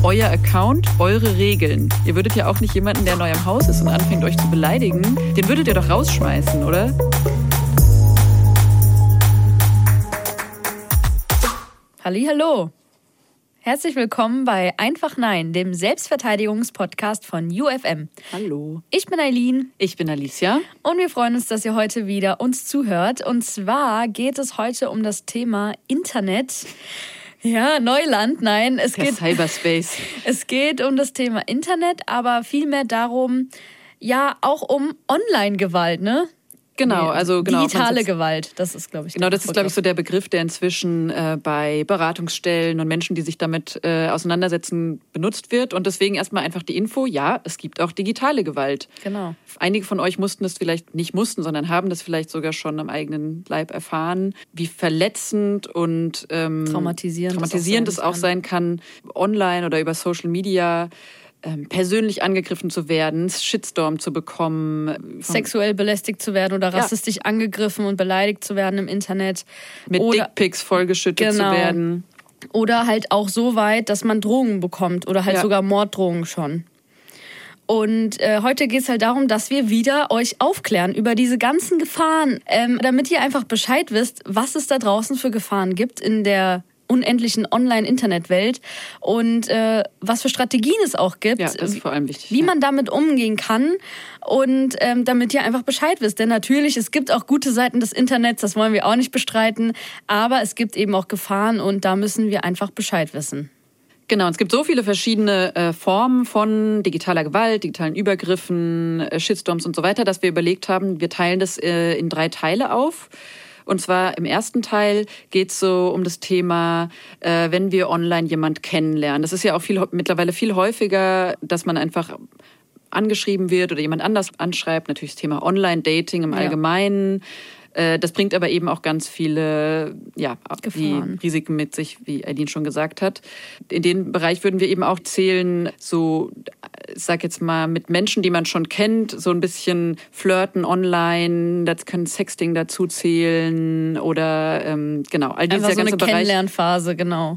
euer Account, eure Regeln. Ihr würdet ja auch nicht jemanden, der neu im Haus ist und anfängt, euch zu beleidigen, den würdet ihr doch rausschmeißen, oder? Hallihallo. Herzlich willkommen bei Einfach Nein, dem Selbstverteidigungspodcast von UFM. Hallo. Ich bin Eileen. Ich bin Alicia. Und wir freuen uns, dass ihr heute wieder uns zuhört. Und zwar geht es heute um das Thema Internet. Ja, Neuland, nein. Cyberspace. Es geht um das Thema Internet, aber vielmehr darum, ja, auch um Online-Gewalt, ne? Genau, also genau. Digitale Gewalt, das ist, glaube ich, genau, das ist, glaube ich, so der Begriff, der inzwischen bei Beratungsstellen und Menschen, die sich damit auseinandersetzen, benutzt wird. Und deswegen erstmal einfach die Info, ja, es gibt auch digitale Gewalt. Genau. Einige von euch mussten es vielleicht nicht sondern haben das vielleicht sogar schon am eigenen Leib erfahren, wie verletzend und traumatisierend es auch sein kann, online oder über Social Media persönlich angegriffen zu werden, Shitstorm zu bekommen. Sexuell belästigt zu werden oder rassistisch angegriffen und beleidigt zu werden im Internet. Mit Dickpics vollgeschüttet zu werden. Oder halt auch so weit, dass man Drohungen bekommt oder halt sogar Morddrohungen schon. Und heute geht es halt darum, dass wir wieder euch aufklären über diese ganzen Gefahren, damit ihr einfach Bescheid wisst, was es da draußen für Gefahren gibt in der unendlichen Online-Internet-Welt und was für Strategien es auch gibt. Ja, das ist vor allem wichtig. Wie man damit umgehen kann und damit ihr einfach Bescheid wisst. Denn natürlich, es gibt auch gute Seiten des Internets, das wollen wir auch nicht bestreiten, aber es gibt eben auch Gefahren und da müssen wir einfach Bescheid wissen. Genau, es gibt so viele verschiedene Formen von digitaler Gewalt, digitalen Übergriffen, Shitstorms und so weiter, dass wir überlegt haben, wir teilen das in 3 Teile auf. Und zwar im ersten Teil geht es so um das Thema, wenn wir online jemand kennenlernen. Das ist ja auch mittlerweile viel häufiger, dass man einfach angeschrieben wird oder jemand anders anschreibt. Natürlich das Thema Online-Dating im Allgemeinen. Das bringt aber eben auch ganz viele die Risiken mit sich, wie Eileen schon gesagt hat. In den Bereich würden wir eben auch zählen, so, ich sag jetzt mal, mit Menschen, die man schon kennt, so ein bisschen flirten online, das kann Sexting dazu zählen oder genau, all dieser ganze Bereich. Kennenlernphase, genau.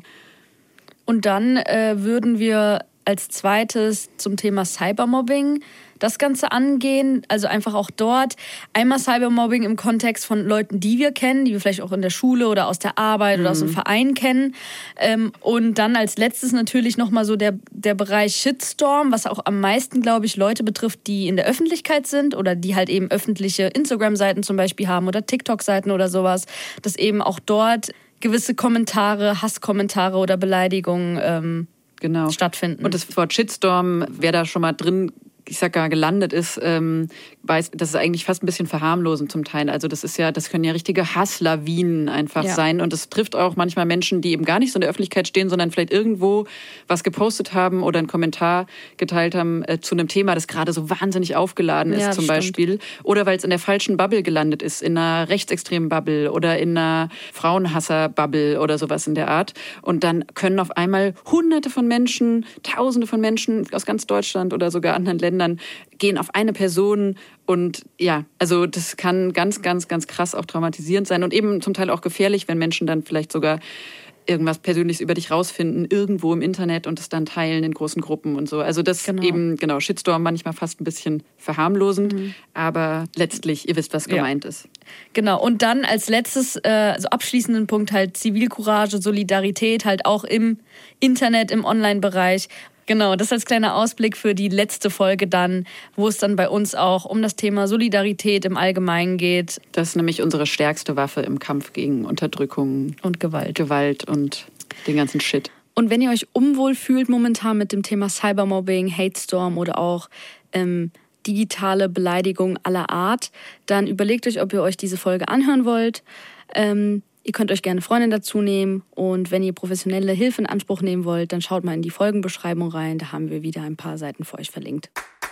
Und dann würden wir als zweites zum Thema Cybermobbing das Ganze angehen, also einfach auch dort einmal Cybermobbing im Kontext von Leuten, die wir kennen, die wir vielleicht auch in der Schule oder aus der Arbeit oder aus dem Verein kennen und dann als letztes natürlich nochmal so der Bereich Shitstorm, was auch am meisten, glaube ich, Leute betrifft, die in der Öffentlichkeit sind oder die halt eben öffentliche Instagram-Seiten zum Beispiel haben oder TikTok-Seiten oder sowas, dass eben auch dort gewisse Kommentare, Hasskommentare oder Beleidigungen stattfinden. Und das Wort Shitstorm, wer da schon mal drin, ich sag gar gelandet ist, weiß, das ist eigentlich fast ein bisschen verharmlosend zum Teil. Also das können ja richtige Hasslawinen einfach sein. Und das trifft auch manchmal Menschen, die eben gar nicht so in der Öffentlichkeit stehen, sondern vielleicht irgendwo was gepostet haben oder einen Kommentar geteilt haben zu einem Thema, das gerade so wahnsinnig aufgeladen ist zum Beispiel. Oder weil es in der falschen Bubble gelandet ist, in einer rechtsextremen Bubble oder in einer Frauenhasser-Bubble oder sowas in der Art. Und dann können auf einmal Hunderte von Menschen, Tausende von Menschen aus ganz Deutschland oder sogar anderen Ländern gehen auf eine Person und ja, also das kann ganz, ganz, ganz krass auch traumatisierend sein und eben zum Teil auch gefährlich, wenn Menschen dann vielleicht sogar irgendwas Persönliches über dich rausfinden, irgendwo im Internet und es dann teilen in großen Gruppen und so. Also das eben, Shitstorm manchmal fast ein bisschen verharmlosend, aber letztlich, ihr wisst, was gemeint ist. Genau, und dann als letztes, so abschließenden Punkt halt Zivilcourage, Solidarität halt auch im Internet, im Online-Bereich. Genau, das als kleiner Ausblick für die letzte Folge dann, wo es dann bei uns auch um das Thema Solidarität im Allgemeinen geht. Das ist nämlich unsere stärkste Waffe im Kampf gegen Unterdrückung und Gewalt. Gewalt und den ganzen Shit. Und wenn ihr euch unwohl fühlt momentan mit dem Thema Cybermobbing, Hate-Storm oder auch digitale Beleidigung aller Art, dann überlegt euch, ob ihr euch diese Folge anhören wollt. Ihr könnt euch gerne Freunde dazu nehmen und wenn ihr professionelle Hilfe in Anspruch nehmen wollt, dann schaut mal in die Folgenbeschreibung rein, da haben wir wieder ein paar Seiten für euch verlinkt.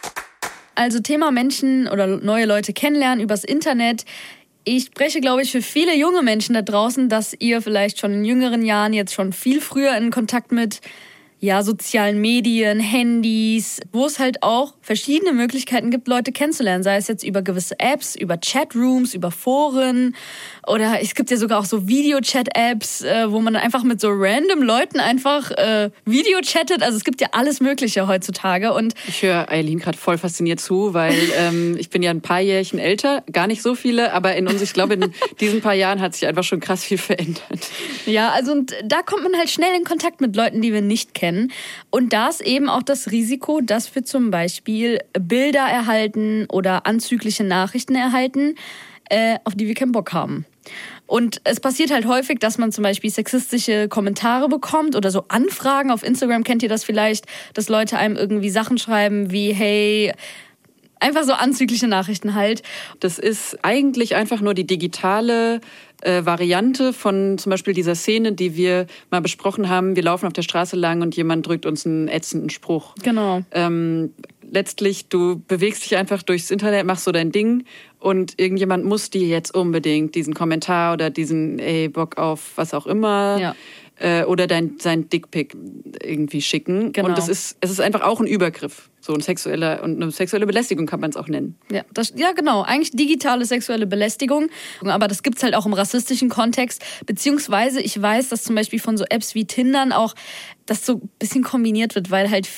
Also Thema Menschen oder neue Leute kennenlernen übers Internet. Ich spreche, glaube ich, für viele junge Menschen da draußen, dass ihr vielleicht schon in jüngeren Jahren jetzt schon viel früher in Kontakt mit sozialen Medien, Handys, wo es halt auch verschiedene Möglichkeiten gibt, Leute kennenzulernen. Sei es jetzt über gewisse Apps, über Chatrooms, über Foren oder es gibt ja sogar auch so Video-Chat-Apps, wo man dann einfach mit so random Leuten einfach Video-chattet. Also es gibt ja alles Mögliche heutzutage. Und ich höre Eileen gerade voll fasziniert zu, weil ich bin ja ein paar Jährchen älter, gar nicht so viele, aber ich glaube, in diesen paar Jahren hat sich einfach schon krass viel verändert. Ja, also und da kommt man halt schnell in Kontakt mit Leuten, die wir nicht kennen. Und da ist eben auch das Risiko, dass wir zum Beispiel Bilder erhalten oder anzügliche Nachrichten erhalten, auf die wir keinen Bock haben. Und es passiert halt häufig, dass man zum Beispiel sexistische Kommentare bekommt oder so Anfragen. Auf Instagram kennt ihr das vielleicht, dass Leute einem irgendwie Sachen schreiben wie, hey, einfach so anzügliche Nachrichten halt. Das ist eigentlich einfach nur die digitale Variante von zum Beispiel dieser Szene, die wir mal besprochen haben. Wir laufen auf der Straße lang und jemand drückt uns einen ätzenden Spruch. Genau. Letztlich, du bewegst dich einfach durchs Internet, machst so dein Ding und irgendjemand muss dir jetzt unbedingt diesen Kommentar oder diesen Bock auf was auch immer oder sein Dickpic irgendwie schicken. Genau. Und es ist einfach auch ein Übergriff. So eine sexuelle Belästigung kann man es auch nennen. Ja, genau. Eigentlich digitale sexuelle Belästigung. Aber das gibt's halt auch im rassistischen Kontext. Beziehungsweise ich weiß, dass zum Beispiel von so Apps wie Tindern auch das so ein bisschen kombiniert wird, weil halt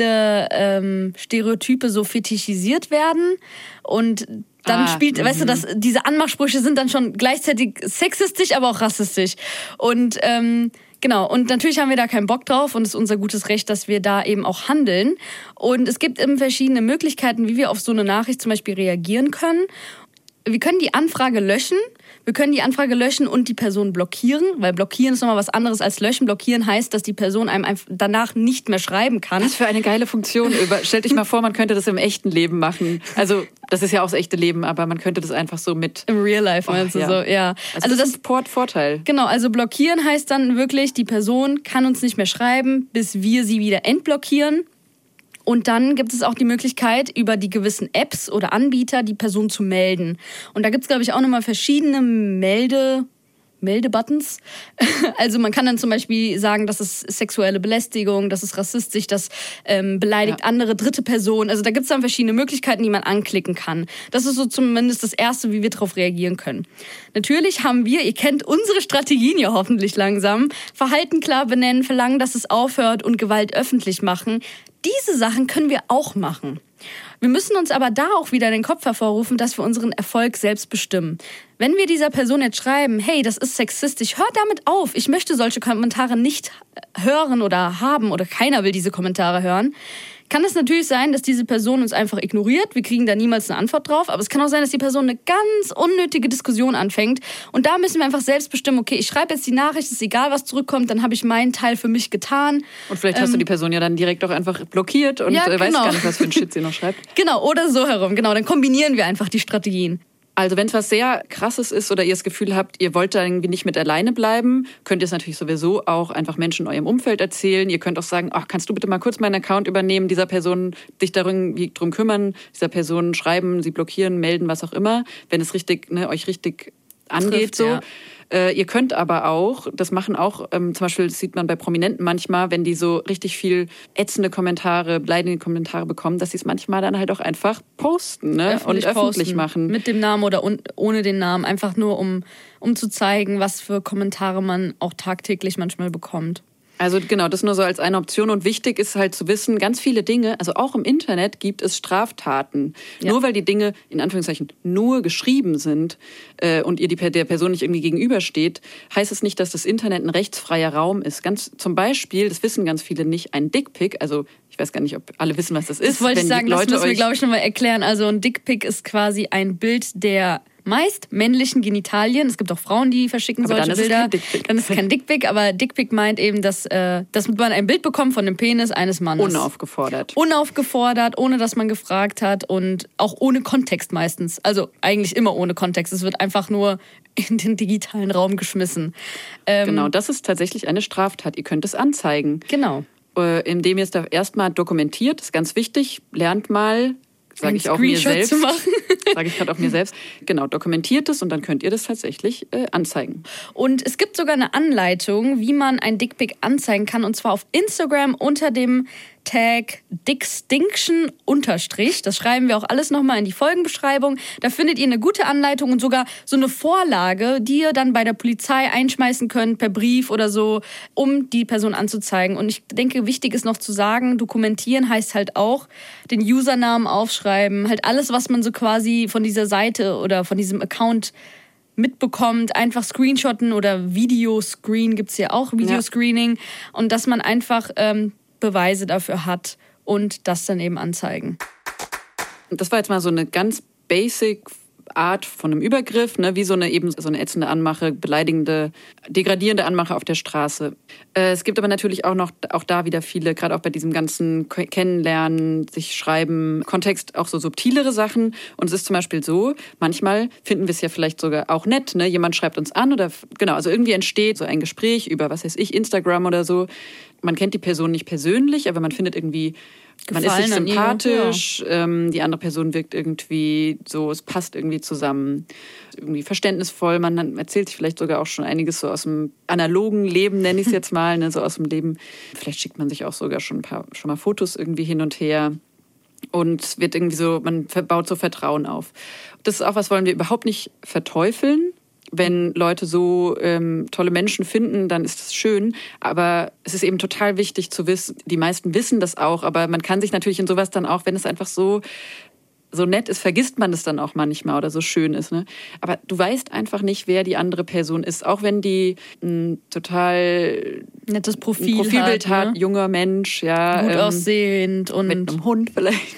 viele Stereotype so fetischisiert werden. Und dann weißt du, dass diese Anmachsprüche sind dann schon gleichzeitig sexistisch, aber auch rassistisch. Und genau, und natürlich haben wir da keinen Bock drauf und es ist unser gutes Recht, dass wir da eben auch handeln. Und es gibt eben verschiedene Möglichkeiten, wie wir auf so eine Nachricht zum Beispiel reagieren können. Wir können die Anfrage löschen. Wir können die Anfrage löschen und die Person blockieren, weil blockieren ist nochmal was anderes als löschen. Blockieren heißt, dass die Person einem danach nicht mehr schreiben kann. Was für eine geile Funktion. Stellt euch mal vor, man könnte das im echten Leben machen. Also das ist ja auch das echte Leben, aber man könnte das einfach so mit... Im Real Life meinst du so, ja. Also das ist ein Vorteil. Genau, also blockieren heißt dann wirklich, die Person kann uns nicht mehr schreiben, bis wir sie wieder entblockieren. Und dann gibt es auch die Möglichkeit, über die gewissen Apps oder Anbieter die Person zu melden. Und da gibt es, glaube ich, auch nochmal verschiedene Meldebuttons. Also man kann dann zum Beispiel sagen, das ist sexuelle Belästigung, das ist rassistisch, das beleidigt andere dritte Personen. Also da gibt es dann verschiedene Möglichkeiten, die man anklicken kann. Das ist so zumindest das Erste, wie wir darauf reagieren können. Natürlich haben wir, ihr kennt unsere Strategien ja hoffentlich langsam, Verhalten klar benennen, verlangen, dass es aufhört und Gewalt öffentlich machen. Diese Sachen können wir auch machen. Wir müssen uns aber da auch wieder in den Kopf hervorrufen, dass wir unseren Erfolg selbst bestimmen. Wenn wir dieser Person jetzt schreiben, hey, das ist sexistisch, hört damit auf. Ich möchte solche Kommentare nicht hören oder haben oder keiner will diese Kommentare hören. Kann es natürlich sein, dass diese Person uns einfach ignoriert. Wir kriegen da niemals eine Antwort drauf. Aber es kann auch sein, dass die Person eine ganz unnötige Diskussion anfängt. Und da müssen wir einfach selbst bestimmen, okay, ich schreibe jetzt die Nachricht, ist egal, was zurückkommt, dann habe ich meinen Teil für mich getan. Und vielleicht hast du die Person ja dann direkt auch einfach blockiert und weißt gar nicht, was für ein Shit sie noch schreibt. Genau, oder so herum. Genau, dann kombinieren wir einfach die Strategien. Also wenn es was sehr Krasses ist oder ihr das Gefühl habt, ihr wollt da irgendwie nicht mit alleine bleiben, könnt ihr es natürlich sowieso auch einfach Menschen in eurem Umfeld erzählen. Ihr könnt auch sagen, ach, kannst du bitte mal kurz meinen Account übernehmen, dieser Person dich drum kümmern, dieser Person schreiben, sie blockieren, melden, was auch immer, wenn es richtig, euch richtig angeht. Trifft, so. Ja. Ihr könnt aber auch, das machen auch, zum Beispiel das sieht man bei Prominenten manchmal, wenn die so richtig viel ätzende Kommentare, beleidigende Kommentare bekommen, dass sie es manchmal dann halt auch einfach posten und öffentlich machen. Mit dem Namen oder ohne den Namen, einfach nur um zu zeigen, was für Kommentare man auch tagtäglich manchmal bekommt. Also genau, das nur so als eine Option. Und wichtig ist halt zu wissen, ganz viele Dinge, also auch im Internet gibt es Straftaten. Ja. Nur weil die Dinge in Anführungszeichen nur geschrieben sind und ihr der Person nicht irgendwie gegenübersteht, heißt es nicht, dass das Internet ein rechtsfreier Raum ist. Ganz zum Beispiel, das wissen ganz viele nicht, ein Dickpic, also ich weiß gar nicht, ob alle wissen, was das ist. Das wollte ich sagen, das müssen wir, glaube ich, nochmal erklären. Also ein Dickpic ist quasi ein Bild der meist männlichen Genitalien. Es gibt auch Frauen, die verschicken aber solche Bilder. Dann ist es kein Dickpic, aber Dickpic meint eben, dass man ein Bild bekommt von dem Penis eines Mannes. Unaufgefordert, ohne dass man gefragt hat und auch ohne Kontext meistens. Also eigentlich immer ohne Kontext. Es wird einfach nur in den digitalen Raum geschmissen. Genau, das ist tatsächlich eine Straftat. Ihr könnt es anzeigen. Genau. Indem ihr es da erstmal dokumentiert, das ist ganz wichtig. Lernt mal, sage ich auch mir selbst. Zu machen. Sage ich gerade auch mir selbst. Genau, dokumentiert es und dann könnt ihr das tatsächlich anzeigen. Und es gibt sogar eine Anleitung, wie man ein Dickpic anzeigen kann. Und zwar auf Instagram unter dem #Dickstinction_. Das schreiben wir auch alles nochmal in die Folgenbeschreibung. Da findet ihr eine gute Anleitung und sogar so eine Vorlage, die ihr dann bei der Polizei einschmeißen könnt, per Brief oder so, um die Person anzuzeigen. Und ich denke, wichtig ist noch zu sagen, dokumentieren heißt halt auch, den Usernamen aufschreiben, halt alles, was man so quasi von dieser Seite oder von diesem Account mitbekommt, einfach screenshotten oder Videoscreen gibt's ja auch, Videoscreening. Und dass man einfach Beweise dafür hat und das dann eben anzeigen. Das war jetzt mal so eine ganz basic Art von einem Übergriff, ne? Wie so eine ätzende Anmache, beleidigende, degradierende Anmache auf der Straße. Es gibt aber natürlich auch da wieder viele, gerade auch bei diesem ganzen Kennenlernen, sich schreiben, Kontext, auch so subtilere Sachen. Und es ist zum Beispiel so, manchmal finden wir es ja vielleicht sogar auch nett, ne? Jemand schreibt uns an oder, genau, also irgendwie entsteht so ein Gespräch über, was weiß ich, Instagram oder so. Man kennt die Person nicht persönlich, aber man findet irgendwie, man ist sich sympathisch, die andere Person wirkt irgendwie so, es passt irgendwie zusammen, irgendwie verständnisvoll, man erzählt sich vielleicht sogar auch schon einiges so aus dem analogen Leben, nenne ich es jetzt mal, ne, so aus dem Leben. Vielleicht schickt man sich auch sogar schon mal Fotos irgendwie hin und her und es wird irgendwie so, man baut so Vertrauen auf. Das ist auch was, wollen wir überhaupt nicht verteufeln. Wenn Leute so tolle Menschen finden, dann ist das schön. Aber es ist eben total wichtig zu wissen, die meisten wissen das auch, aber man kann sich natürlich in sowas dann auch, wenn es einfach so nett ist, vergisst man das dann auch manchmal oder so schön ist. Ne? Aber du weißt einfach nicht, wer die andere Person ist. Auch wenn die ein total nettes Profilbild hat, ne? Junger Mensch, ja, gut aussehend und mit einem Hund vielleicht.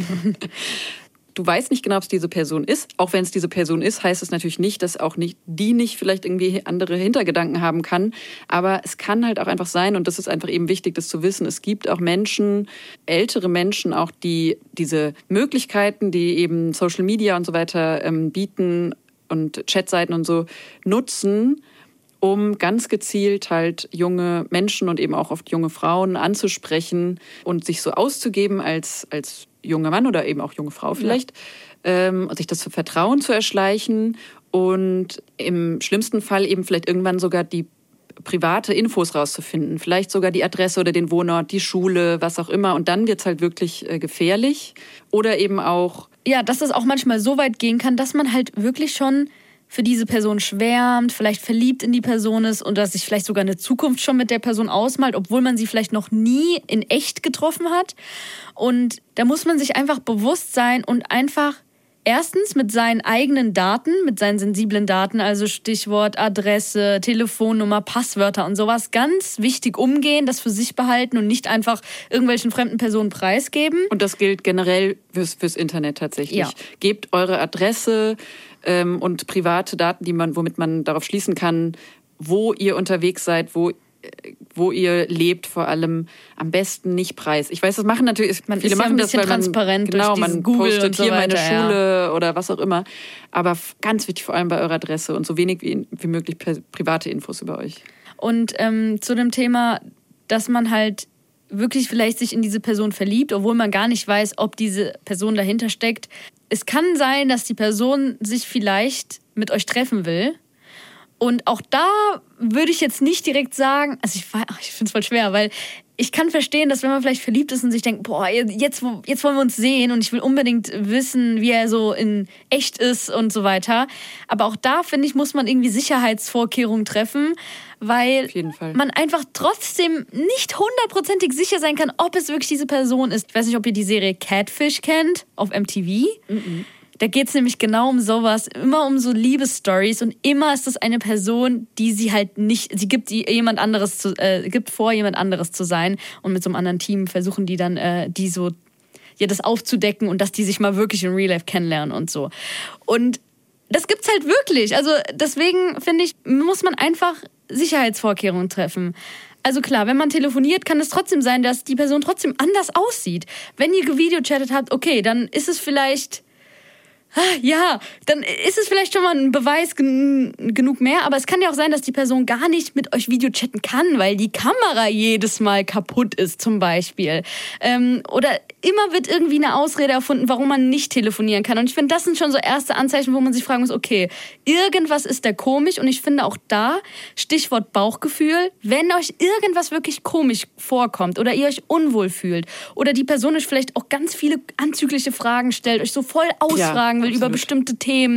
Du weißt nicht genau, ob es diese Person ist. Auch wenn es diese Person ist, heißt es natürlich nicht, dass auch die nicht vielleicht irgendwie andere Hintergedanken haben kann. Aber es kann halt auch einfach sein, und das ist einfach eben wichtig, das zu wissen, es gibt auch Menschen, ältere Menschen auch, die diese Möglichkeiten, die eben Social Media und so weiter bieten und Chatseiten und so nutzen, um ganz gezielt halt junge Menschen und eben auch oft junge Frauen anzusprechen und sich so auszugeben als junger Mann oder eben auch junge Frau vielleicht, sich das Vertrauen zu erschleichen und im schlimmsten Fall eben vielleicht irgendwann sogar die private Infos rauszufinden, vielleicht sogar die Adresse oder den Wohnort, die Schule, was auch immer. Und dann wird es halt wirklich gefährlich. Oder eben auch... Ja, dass es auch manchmal so weit gehen kann, dass man halt wirklich schon für diese Person schwärmt, vielleicht verliebt in die Person ist und dass sich vielleicht sogar eine Zukunft schon mit der Person ausmalt, obwohl man sie vielleicht noch nie in echt getroffen hat. Und da muss man sich einfach bewusst sein und einfach erstens mit seinen eigenen Daten, mit seinen sensiblen Daten, also Stichwort Adresse, Telefonnummer, Passwörter und sowas, ganz wichtig umgehen, das für sich behalten und nicht einfach irgendwelchen fremden Personen preisgeben. Und das gilt generell fürs Internet tatsächlich. Ja. Gebt eure Adresse und private Daten, womit man darauf schließen kann, wo ihr unterwegs seid, wo ihr lebt, vor allem am besten nicht preis. Ich weiß, das machen natürlich, viele machen das, weil transparent durch man Google postet und so hier weiter, meine Schule oder was auch immer. Aber ganz wichtig, vor allem bei eurer Adresse und so wenig wie möglich private Infos über euch. Und zu dem Thema, dass man halt wirklich vielleicht sich in diese Person verliebt, obwohl man gar nicht weiß, ob diese Person dahinter steckt. Es kann sein, dass die Person sich vielleicht mit euch treffen will. Und auch da würde ich jetzt nicht direkt sagen, also ich finde es voll schwer, weil ich kann verstehen, dass wenn man vielleicht verliebt ist und sich denkt, boah, jetzt wollen wir uns sehen und ich will unbedingt wissen, wie er so in echt ist und so weiter. Aber auch da, finde ich, muss man irgendwie Sicherheitsvorkehrungen treffen, weil man einfach trotzdem nicht 100%ig sicher sein kann, ob es wirklich diese Person ist. Ich weiß nicht, ob ihr die Serie Catfish kennt, auf MTV. Mhm. Da geht es nämlich genau um sowas, immer um so Liebesstories und immer ist das eine Person, die sie halt nicht, sie gibt gibt vor, jemand anderes zu sein und mit so einem anderen Team versuchen die dann, das aufzudecken und dass die sich mal wirklich in Real Life kennenlernen und so. Und das gibt's halt wirklich. Also deswegen finde ich, muss man einfach Sicherheitsvorkehrungen treffen. Also klar, wenn man telefoniert, kann es trotzdem sein, dass die Person trotzdem anders aussieht. Wenn ihr gevideochattet habt, okay, dann ist es vielleicht... Ja, dann ist es vielleicht schon mal ein Beweis genug mehr, aber es kann ja auch sein, dass die Person gar nicht mit euch Videochatten kann, weil die Kamera jedes Mal kaputt ist zum Beispiel. Oder immer wird irgendwie eine Ausrede erfunden, warum man nicht telefonieren kann. Und ich finde, das sind schon so erste Anzeichen, wo man sich fragen muss, okay, irgendwas ist da komisch. Und ich finde auch da, Stichwort Bauchgefühl, wenn euch irgendwas wirklich komisch vorkommt oder ihr euch unwohl fühlt oder die Person euch vielleicht auch ganz viele anzügliche Fragen stellt, euch so voll ausfragen will über bestimmte Themen,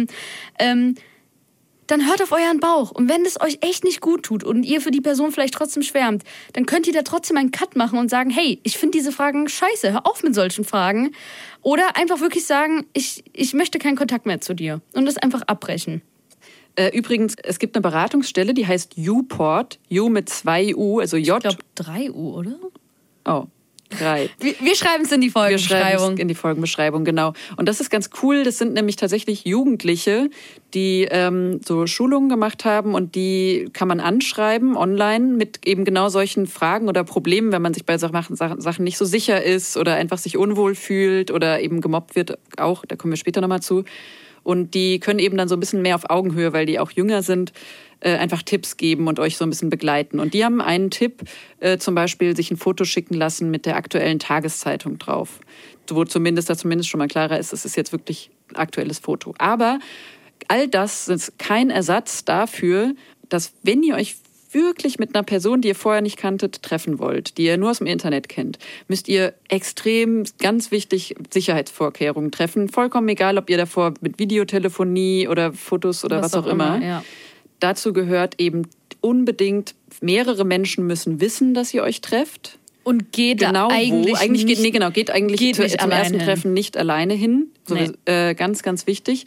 dann hört auf euren Bauch. Und wenn es euch echt nicht gut tut und ihr für die Person vielleicht trotzdem schwärmt, dann könnt ihr da trotzdem einen Cut machen und sagen, hey, ich finde diese Fragen scheiße, hör auf mit solchen Fragen. Oder einfach wirklich sagen, ich möchte keinen Kontakt mehr zu dir. Und das einfach abbrechen. Übrigens, es gibt eine Beratungsstelle, die heißt YouPort. You mit 2 U, also J. Ich glaube 3 U, oder? Oh. 3. Wir schreiben es in die Folgenbeschreibung. Wir schreiben es in die Folgenbeschreibung, genau. Und das ist ganz cool. Das sind nämlich tatsächlich Jugendliche, die so Schulungen gemacht haben und die kann man anschreiben online mit eben genau solchen Fragen oder Problemen, wenn man sich bei Sachen nicht so sicher ist oder einfach sich unwohl fühlt oder eben gemobbt wird auch. Da kommen wir später nochmal zu. Und die können eben dann so ein bisschen mehr auf Augenhöhe, weil die auch jünger sind, einfach Tipps geben und euch so ein bisschen begleiten. Und die haben einen Tipp, zum Beispiel sich ein Foto schicken lassen mit der aktuellen Tageszeitung drauf. Wo zumindest schon mal klarer ist, es ist jetzt wirklich ein aktuelles Foto. Aber all das ist kein Ersatz dafür, dass wenn ihr euch wirklich mit einer Person, die ihr vorher nicht kanntet, treffen wollt, die ihr nur aus dem Internet kennt, müsst ihr extrem, ganz wichtig, Sicherheitsvorkehrungen treffen. Vollkommen egal, ob ihr davor mit Videotelefonie oder Fotos oder was auch immer. Ja. Dazu gehört eben unbedingt, mehrere Menschen müssen wissen, dass ihr euch trefft. Und geht genau eigentlich geht eigentlich zum ersten Treffen nicht alleine hin. So, ganz, ganz wichtig.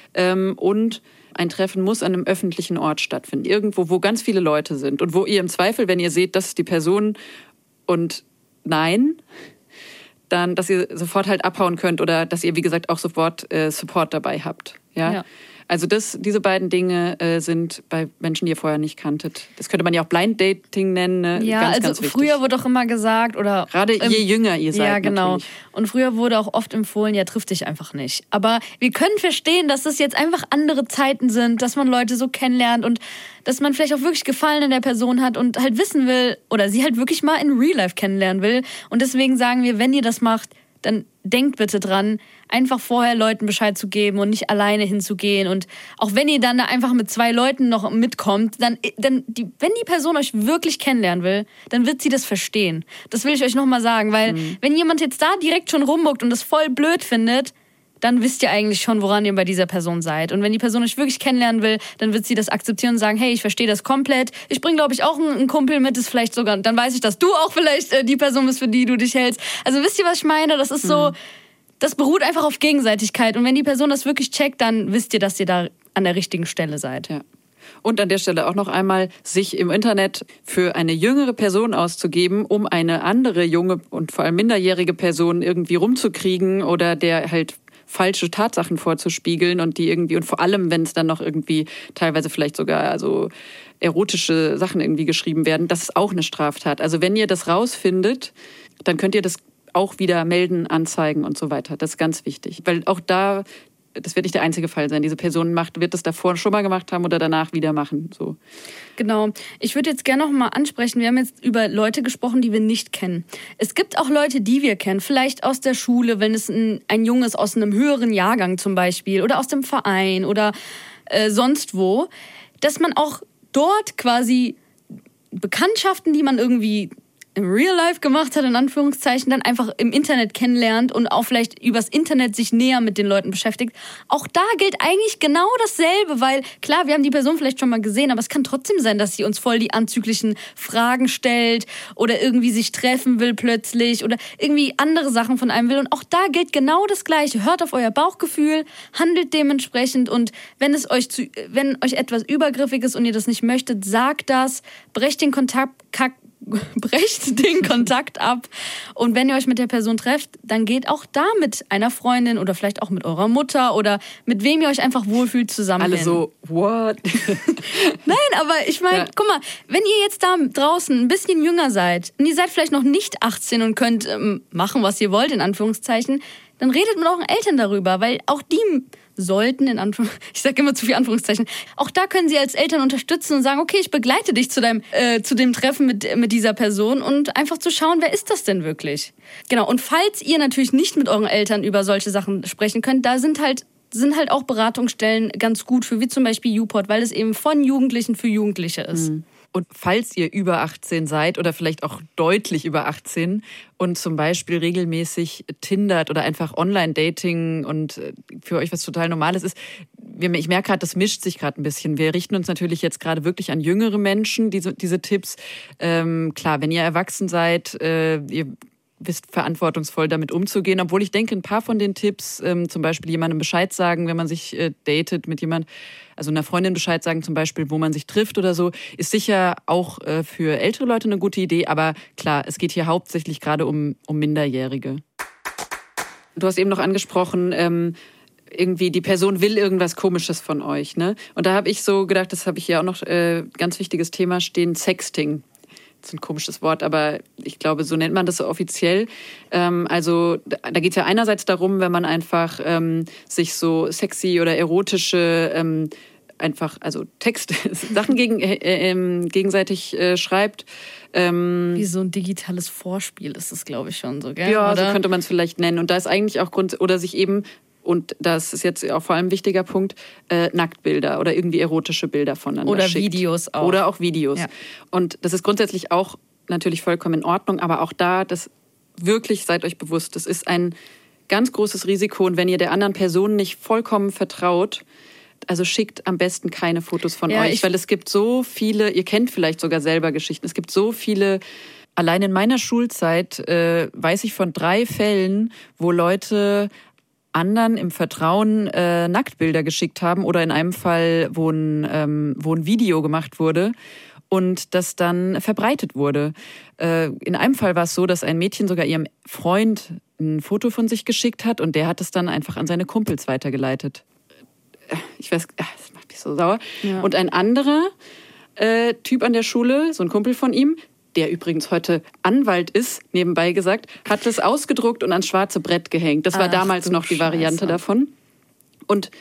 Und ein Treffen muss an einem öffentlichen Ort stattfinden. Irgendwo, wo ganz viele Leute sind. Und wo ihr im Zweifel, wenn ihr seht, das ist die Person und nein, dann, dass ihr sofort halt abhauen könnt oder dass ihr, wie gesagt, auch sofort Support dabei habt. Ja. Also diese beiden Dinge sind bei Menschen, die ihr vorher nicht kanntet. Das könnte man ja auch Blind Dating nennen. Ne? Ja, ganz, also ganz wichtig. Früher wurde auch immer gesagt, oder gerade je jünger ihr seid. Ja, genau. Natürlich. Und früher wurde auch oft empfohlen, ja, triff dich einfach nicht. Aber wir können verstehen, dass es jetzt einfach andere Zeiten sind, dass man Leute so kennenlernt und dass man vielleicht auch wirklich Gefallen an der Person hat und halt wissen will oder sie halt wirklich mal in Real Life kennenlernen will. Und deswegen sagen wir, wenn ihr das macht, dann denkt bitte dran, einfach vorher Leuten Bescheid zu geben und nicht alleine hinzugehen. Und auch wenn ihr dann da einfach mit 2 Leuten noch mitkommt, wenn die Person euch wirklich kennenlernen will, dann wird sie das verstehen. Das will ich euch nochmal sagen, weil wenn jemand jetzt da direkt schon rummuckt und das voll blöd findet, dann wisst ihr eigentlich schon, woran ihr bei dieser Person seid. Und wenn die Person euch wirklich kennenlernen will, dann wird sie das akzeptieren und sagen, hey, ich verstehe das komplett. Ich bringe, glaube ich, auch einen Kumpel mit, ist vielleicht sogar, dann weiß ich, dass du auch vielleicht die Person bist, für die du dich hältst. Also wisst ihr, was ich meine? Das ist so, das beruht einfach auf Gegenseitigkeit. Und wenn die Person das wirklich checkt, dann wisst ihr, dass ihr da an der richtigen Stelle seid. Ja. Und an der Stelle auch noch einmal, sich im Internet für eine jüngere Person auszugeben, um eine andere junge und vor allem minderjährige Person irgendwie rumzukriegen oder der halt falsche Tatsachen vorzuspiegeln und die irgendwie, und vor allem, wenn es dann noch irgendwie teilweise vielleicht sogar also erotische Sachen irgendwie geschrieben werden, das ist auch eine Straftat. Also wenn ihr das rausfindet, dann könnt ihr das auch wieder melden, anzeigen und so weiter. Das ist ganz wichtig, weil auch da, das wird nicht der einzige Fall sein. Diese Person wird das davor schon mal gemacht haben oder danach wieder machen. So. Genau. Ich würde jetzt gerne noch mal ansprechen, wir haben jetzt über Leute gesprochen, die wir nicht kennen. Es gibt auch Leute, die wir kennen, vielleicht aus der Schule, wenn es ein Junge ist aus einem höheren Jahrgang zum Beispiel oder aus dem Verein oder sonst wo, dass man auch dort quasi Bekanntschaften, die man irgendwie im Real Life gemacht hat, in Anführungszeichen, dann einfach im Internet kennenlernt und auch vielleicht übers Internet sich näher mit den Leuten beschäftigt. Auch da gilt eigentlich genau dasselbe, weil klar, wir haben die Person vielleicht schon mal gesehen, aber es kann trotzdem sein, dass sie uns voll die anzüglichen Fragen stellt oder irgendwie sich treffen will plötzlich oder irgendwie andere Sachen von einem will. Und auch da gilt genau das Gleiche. Hört auf euer Bauchgefühl, handelt dementsprechend und wenn euch etwas übergriffig ist und ihr das nicht möchtet, sagt das, brecht den Kontakt ab und wenn ihr euch mit der Person trefft, dann geht auch da mit einer Freundin oder vielleicht auch mit eurer Mutter oder mit wem ihr euch einfach wohlfühlt zusammen Alle hin. so, what? Nein, aber ich meine, guck mal, wenn ihr jetzt da draußen ein bisschen jünger seid und ihr seid vielleicht noch nicht 18 und könnt machen, was ihr wollt, in Anführungszeichen, dann redet mit euren Eltern darüber, weil auch die sollten, ich sage immer zu viel Anführungszeichen, auch da können sie als Eltern unterstützen und sagen, okay, ich begleite dich zu dem Treffen mit dieser Person und einfach zu schauen, wer ist das denn wirklich? Genau, und falls ihr natürlich nicht mit euren Eltern über solche Sachen sprechen könnt, da sind halt auch Beratungsstellen ganz gut für, wie zum Beispiel YouPort, weil es eben von Jugendlichen für Jugendliche ist. Und falls ihr über 18 seid oder vielleicht auch deutlich über 18 und zum Beispiel regelmäßig tindert oder einfach Online-Dating und für euch was total Normales ist, ich merke gerade, das mischt sich gerade ein bisschen. Wir richten uns natürlich jetzt gerade wirklich an jüngere Menschen, diese Tipps. Klar, wenn ihr erwachsen seid, ihr wisst verantwortungsvoll damit umzugehen. Obwohl ich denke, ein paar von den Tipps, zum Beispiel jemandem Bescheid sagen, wenn man sich datet mit jemand, also einer Freundin Bescheid sagen zum Beispiel, wo man sich trifft oder so, ist sicher auch für ältere Leute eine gute Idee. Aber klar, es geht hier hauptsächlich gerade um Minderjährige. Du hast eben noch angesprochen, irgendwie die Person will irgendwas Komisches von euch, ne? Und da habe ich so gedacht, das habe ich ja auch noch ganz wichtiges Thema stehen, Sexting. Das ist ein komisches Wort, aber ich glaube, so nennt man das so offiziell. Also da geht es ja einerseits darum, wenn man einfach sich so sexy oder erotische also Texte, Sachen gegenseitig schreibt. Wie so ein digitales Vorspiel ist es, glaube ich, schon so, gell? Ja, oder? So könnte man es vielleicht nennen. Und da ist eigentlich auch oder sich eben, und das ist jetzt auch vor allem ein wichtiger Punkt, Nacktbilder oder irgendwie erotische Bilder voneinander oder schickt. Videos auch. Oder auch Videos. Ja. Und das ist grundsätzlich auch natürlich vollkommen in Ordnung, aber auch da, das wirklich, seid euch bewusst, das ist ein ganz großes Risiko. Und wenn ihr der anderen Person nicht vollkommen vertraut, also schickt am besten keine Fotos von euch, weil es gibt so viele, ihr kennt vielleicht sogar selber Geschichten, es gibt so viele. Allein in meiner Schulzeit weiß ich von 3 Fällen, wo Leute anderen im Vertrauen Nacktbilder geschickt haben oder in einem Fall, wo ein Video gemacht wurde und das dann verbreitet wurde. In einem Fall war es so, dass ein Mädchen sogar ihrem Freund ein Foto von sich geschickt hat und der hat es dann einfach an seine Kumpels weitergeleitet. Ich weiß, das macht mich so sauer. Ja. Und ein anderer Typ an der Schule, so ein Kumpel von ihm, der übrigens heute Anwalt ist, nebenbei gesagt, hat das ausgedruckt und ans schwarze Brett gehängt. Das war damals noch die Variante davon. Und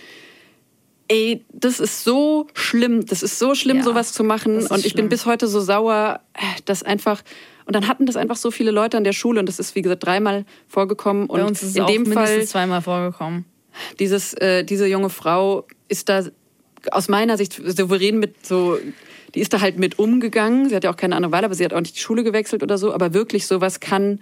das ist so schlimm. Das ist so schlimm, sowas zu machen. Und ich bin bis heute so sauer, dass einfach... Und dann hatten das einfach so viele Leute an der Schule. Und das ist, wie gesagt, 3-mal vorgekommen. Und bei uns ist es in dem Fall mindestens 2-mal vorgekommen. Diese junge Frau ist da aus meiner Sicht souverän mit so... Die ist da halt mit umgegangen. Sie hat ja auch keine andere Wahl, aber sie hat auch nicht die Schule gewechselt oder so. Aber wirklich sowas kann...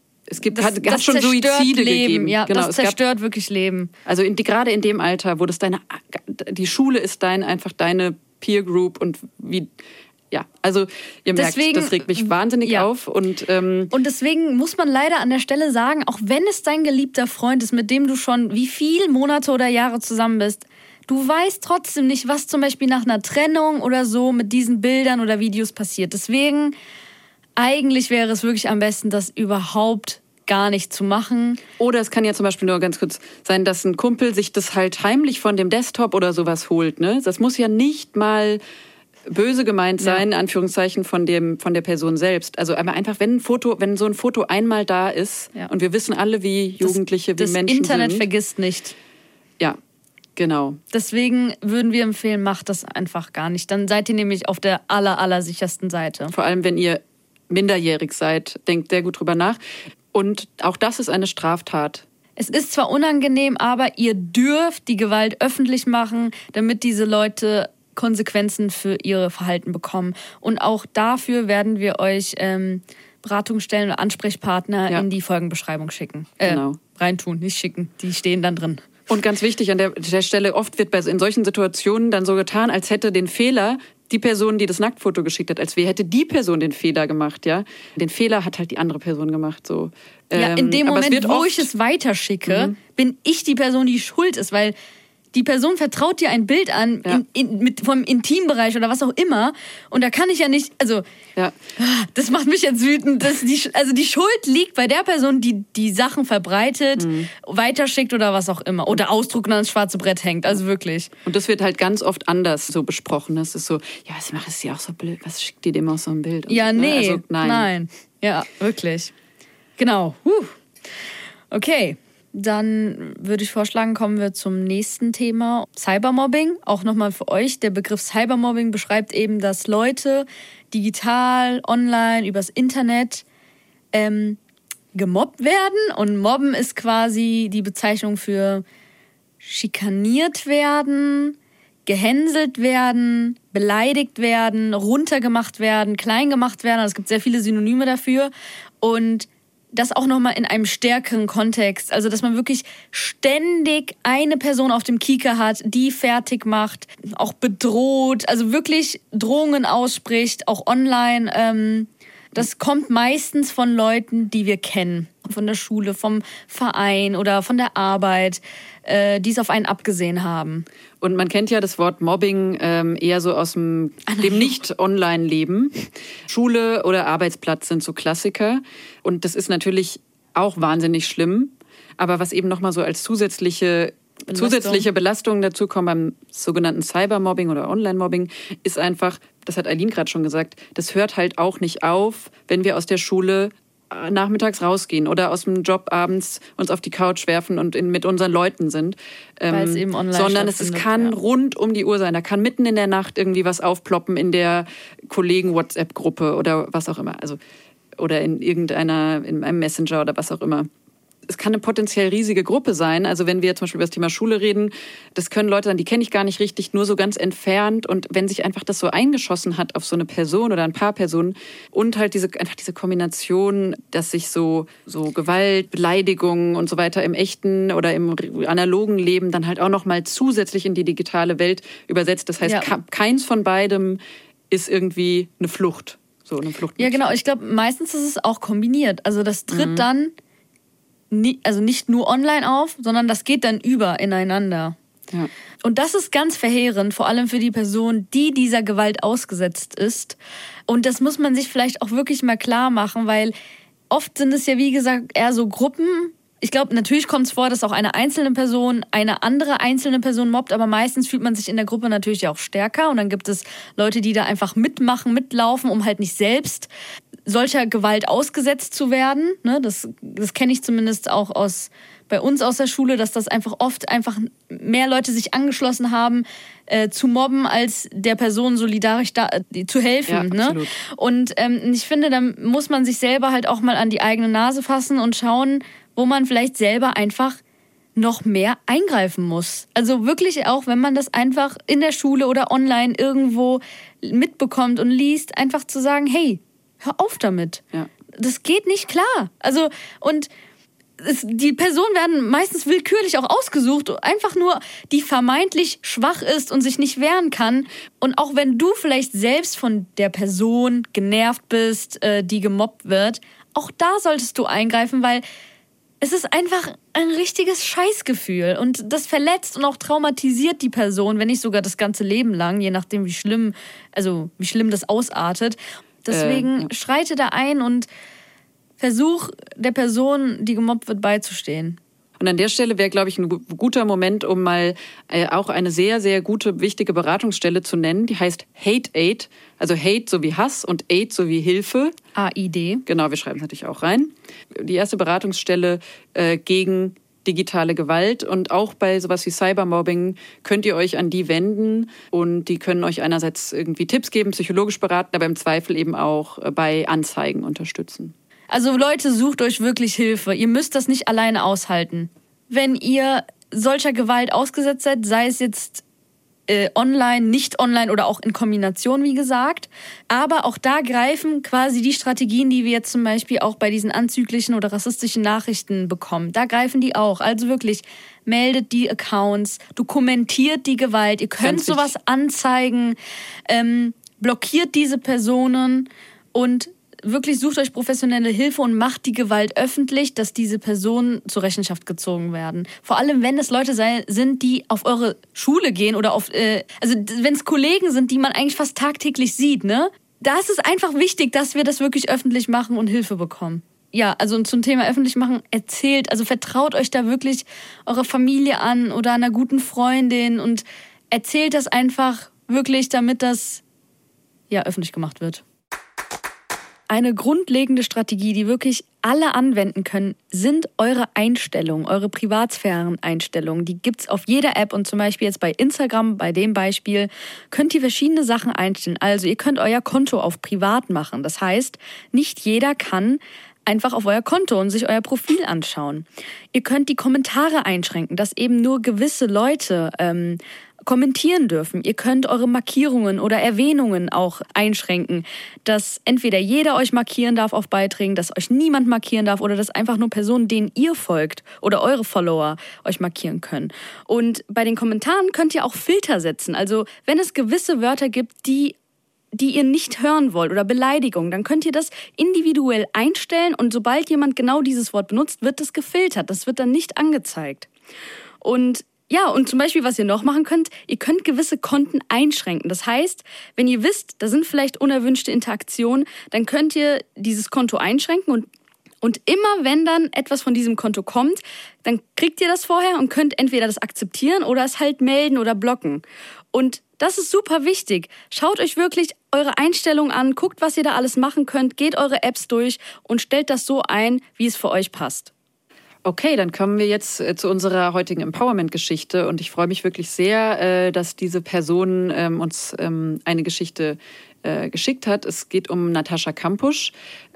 hat schon Suizide gegeben. Ja, genau, das zerstört wirklich Leben. Also gerade in dem Alter, wo das die Schule ist einfach deine Peer Group und wie... Ja, also ihr merkt, das regt mich wahnsinnig auf. Und deswegen muss man leider an der Stelle sagen, auch wenn es dein geliebter Freund ist, mit dem du schon wie viele Monate oder Jahre zusammen bist, du weißt trotzdem nicht, was zum Beispiel nach einer Trennung oder so mit diesen Bildern oder Videos passiert. Deswegen, eigentlich wäre es wirklich am besten, das überhaupt gar nicht zu machen. Oder es kann ja zum Beispiel nur ganz kurz sein, dass ein Kumpel sich das halt heimlich von dem Desktop oder sowas holt. Ne? Das muss ja nicht mal böse gemeint sein, in Anführungszeichen, von der Person selbst. Also aber einfach, wenn so ein Foto einmal da ist, und wir wissen alle, wie Jugendliche, wie Menschen sind. Das Internet vergisst nicht. Ja. Genau. Deswegen würden wir empfehlen, macht das einfach gar nicht. Dann seid ihr nämlich auf der allersichersten Seite. Vor allem, wenn ihr minderjährig seid, denkt sehr gut drüber nach. Und auch das ist eine Straftat. Es ist zwar unangenehm, aber ihr dürft die Gewalt öffentlich machen, damit diese Leute Konsequenzen für ihr Verhalten bekommen. Und auch dafür werden wir euch Beratungsstellen oder Ansprechpartner in die Folgenbeschreibung schicken. Genau. Reintun, nicht schicken. Die stehen dann drin. Und ganz wichtig an der Stelle, oft wird in solchen Situationen dann so getan, als hätte den Fehler die Person, die das Nacktfoto geschickt hat, als hätte die Person den Fehler gemacht, ja. Den Fehler hat halt die andere Person gemacht, so. Ja, in dem Moment, wo ich es weiterschicke, bin ich die Person, die schuld ist, weil die Person vertraut dir ein Bild an, vom Intimbereich oder was auch immer. Und da kann ich ja nicht, das macht mich jetzt wütend. Die Schuld liegt bei der Person, die die Sachen verbreitet, weiterschickt oder was auch immer. Oder ausdrucken ans schwarze Brett hängt, also wirklich. Und das wird halt ganz oft anders so besprochen. Das ist so, ja, was macht es dir auch so blöd? Was schickt dir dem auch so ein Bild? Ja, nee, also, nein. Ja, wirklich. Genau. Okay. Dann würde ich vorschlagen, kommen wir zum nächsten Thema. Cybermobbing, auch nochmal für euch. Der Begriff Cybermobbing beschreibt eben, dass Leute digital, online, übers Internet gemobbt werden. Und Mobben ist quasi die Bezeichnung für schikaniert werden, gehänselt werden, beleidigt werden, runtergemacht werden, klein gemacht werden. Also es gibt sehr viele Synonyme dafür. Und das auch nochmal in einem stärkeren Kontext. Also, dass man wirklich ständig eine Person auf dem Kieker hat, die fertig macht, auch bedroht, also wirklich Drohungen ausspricht, auch online. Das kommt meistens von Leuten, die wir kennen. Von der Schule, vom Verein oder von der Arbeit, die es auf einen abgesehen haben. Und man kennt ja das Wort Mobbing eher so aus dem Nicht-Online-Leben. Schule oder Arbeitsplatz sind so Klassiker. Und das ist natürlich auch wahnsinnig schlimm. Aber was eben nochmal so als zusätzliche Belastung dazu kommt beim sogenannten Cybermobbing oder Online-Mobbing, ist einfach, das hat Aline gerade schon gesagt, das hört halt auch nicht auf, wenn wir aus der Schule nachmittags rausgehen oder aus dem Job abends uns auf die Couch werfen und mit unseren Leuten sind. Weil es eben online sondern es kann rund um die Uhr sein. Da kann mitten in der Nacht irgendwie was aufploppen in der Kollegen-WhatsApp-Gruppe oder was auch immer. Also, oder in einem Messenger oder was auch immer. Es kann eine potenziell riesige Gruppe sein. Also wenn wir zum Beispiel über das Thema Schule reden, das können Leute sein, die kenne ich gar nicht richtig, nur so ganz entfernt. Und wenn sich einfach das so eingeschossen hat auf so eine Person oder ein paar Personen und halt diese Kombination, dass sich so Gewalt, Beleidigungen und so weiter im echten oder im analogen Leben dann halt auch nochmal zusätzlich in die digitale Welt übersetzt. Das heißt, keins von beidem ist irgendwie eine Flucht. So eine Flucht. Ja, genau. Ich glaube, meistens ist es auch kombiniert. Also das tritt dann nicht nur online auf, sondern das geht dann ineinander. Ja. Und das ist ganz verheerend, vor allem für die Person, die dieser Gewalt ausgesetzt ist. Und das muss man sich vielleicht auch wirklich mal klar machen, weil oft sind es ja, wie gesagt, eher so Gruppen. Ich glaube, natürlich kommt es vor, dass auch eine einzelne Person eine andere einzelne Person mobbt, aber meistens fühlt man sich in der Gruppe natürlich auch stärker. Und dann gibt es Leute, die da einfach mitmachen, mitlaufen, um halt nicht selbst solcher Gewalt ausgesetzt zu werden. Ne? Das kenne ich zumindest auch bei uns aus der Schule, dass das oft mehr Leute sich angeschlossen haben, zu mobben, als der Person solidarisch zu helfen. Ja, ne? absolut. Und ich finde, da muss man sich selber halt auch mal an die eigene Nase fassen und schauen, wo man vielleicht selber einfach noch mehr eingreifen muss. Also wirklich auch, wenn man das einfach in der Schule oder online irgendwo mitbekommt und liest, einfach zu sagen, hey, hör auf damit. Ja. Das geht nicht klar. Also, und die Personen werden meistens willkürlich auch ausgesucht, einfach nur, die vermeintlich schwach ist und sich nicht wehren kann. Und auch wenn du vielleicht selbst von der Person genervt bist, die gemobbt wird, auch da solltest du eingreifen, weil es ist einfach ein richtiges Scheißgefühl. Und das verletzt und auch traumatisiert die Person, wenn nicht sogar das ganze Leben lang, je nachdem, wie schlimm das ausartet. Deswegen schreite da ein und versuch der Person, die gemobbt wird, beizustehen. Und an der Stelle wäre, glaube ich, ein guter Moment, um mal auch eine sehr, sehr gute, wichtige Beratungsstelle zu nennen. Die heißt Hate Aid. Also Hate so wie Hass und Aid so wie Hilfe. AID. Genau, wir schreiben es natürlich auch rein. Die erste Beratungsstelle gegen digitale Gewalt. Und auch bei sowas wie Cybermobbing könnt ihr euch an die wenden. Und die können euch einerseits irgendwie Tipps geben, psychologisch beraten, aber im Zweifel eben auch bei Anzeigen unterstützen. Also Leute, sucht euch wirklich Hilfe. Ihr müsst das nicht alleine aushalten. Wenn ihr solcher Gewalt ausgesetzt seid, sei es jetzt online, nicht online oder auch in Kombination, wie gesagt. Aber auch da greifen quasi die Strategien, die wir jetzt zum Beispiel auch bei diesen anzüglichen oder rassistischen Nachrichten bekommen. Da greifen die auch. Also wirklich, meldet die Accounts, dokumentiert die Gewalt. Ihr könnt sowas anzeigen, blockiert diese Personen und wirklich sucht euch professionelle Hilfe und macht die Gewalt öffentlich, dass diese Personen zur Rechenschaft gezogen werden. Vor allem, wenn es Leute sind, die auf eure Schule gehen oder wenn es Kollegen sind, die man eigentlich fast tagtäglich sieht, ne? Da ist es einfach wichtig, dass wir das wirklich öffentlich machen und Hilfe bekommen. Ja, also zum Thema öffentlich machen, erzählt, also vertraut euch da wirklich eurer Familie an oder einer guten Freundin und erzählt das einfach wirklich, damit das öffentlich gemacht wird. eine grundlegende Strategie, die wirklich alle anwenden können, sind eure Einstellungen, eure Privatsphären-Einstellungen. Die gibt's auf jeder App und zum Beispiel jetzt bei Instagram, bei dem Beispiel, könnt ihr verschiedene Sachen einstellen. Also ihr könnt euer Konto auf privat machen. Das heißt, nicht jeder kann einfach auf euer Konto und sich euer Profil anschauen. Ihr könnt die Kommentare einschränken, dass eben nur gewisse Leute kommentieren dürfen. Ihr könnt eure Markierungen oder Erwähnungen auch einschränken, dass entweder jeder euch markieren darf auf Beiträgen, dass euch niemand markieren darf oder dass einfach nur Personen, denen ihr folgt oder eure Follower euch markieren können. Und bei den Kommentaren könnt ihr auch Filter setzen. Also wenn es gewisse Wörter gibt, die ihr nicht hören wollt oder Beleidigungen, dann könnt ihr das individuell einstellen und sobald jemand genau dieses Wort benutzt, wird das gefiltert. Das wird dann nicht angezeigt. Und zum Beispiel, was ihr noch machen könnt, ihr könnt gewisse Konten einschränken. Das heißt, wenn ihr wisst, da sind vielleicht unerwünschte Interaktionen, dann könnt ihr dieses Konto einschränken und immer, wenn dann etwas von diesem Konto kommt, dann kriegt ihr das vorher und könnt entweder das akzeptieren oder es halt melden oder blocken. Und das ist super wichtig. Schaut euch wirklich eure Einstellungen an, guckt, was ihr da alles machen könnt, geht eure Apps durch und stellt das so ein, wie es für euch passt. Okay, dann kommen wir jetzt zu unserer heutigen Empowerment-Geschichte und ich freue mich wirklich sehr, dass diese Person uns eine Geschichte geschickt hat. Es geht um Natascha Kampusch.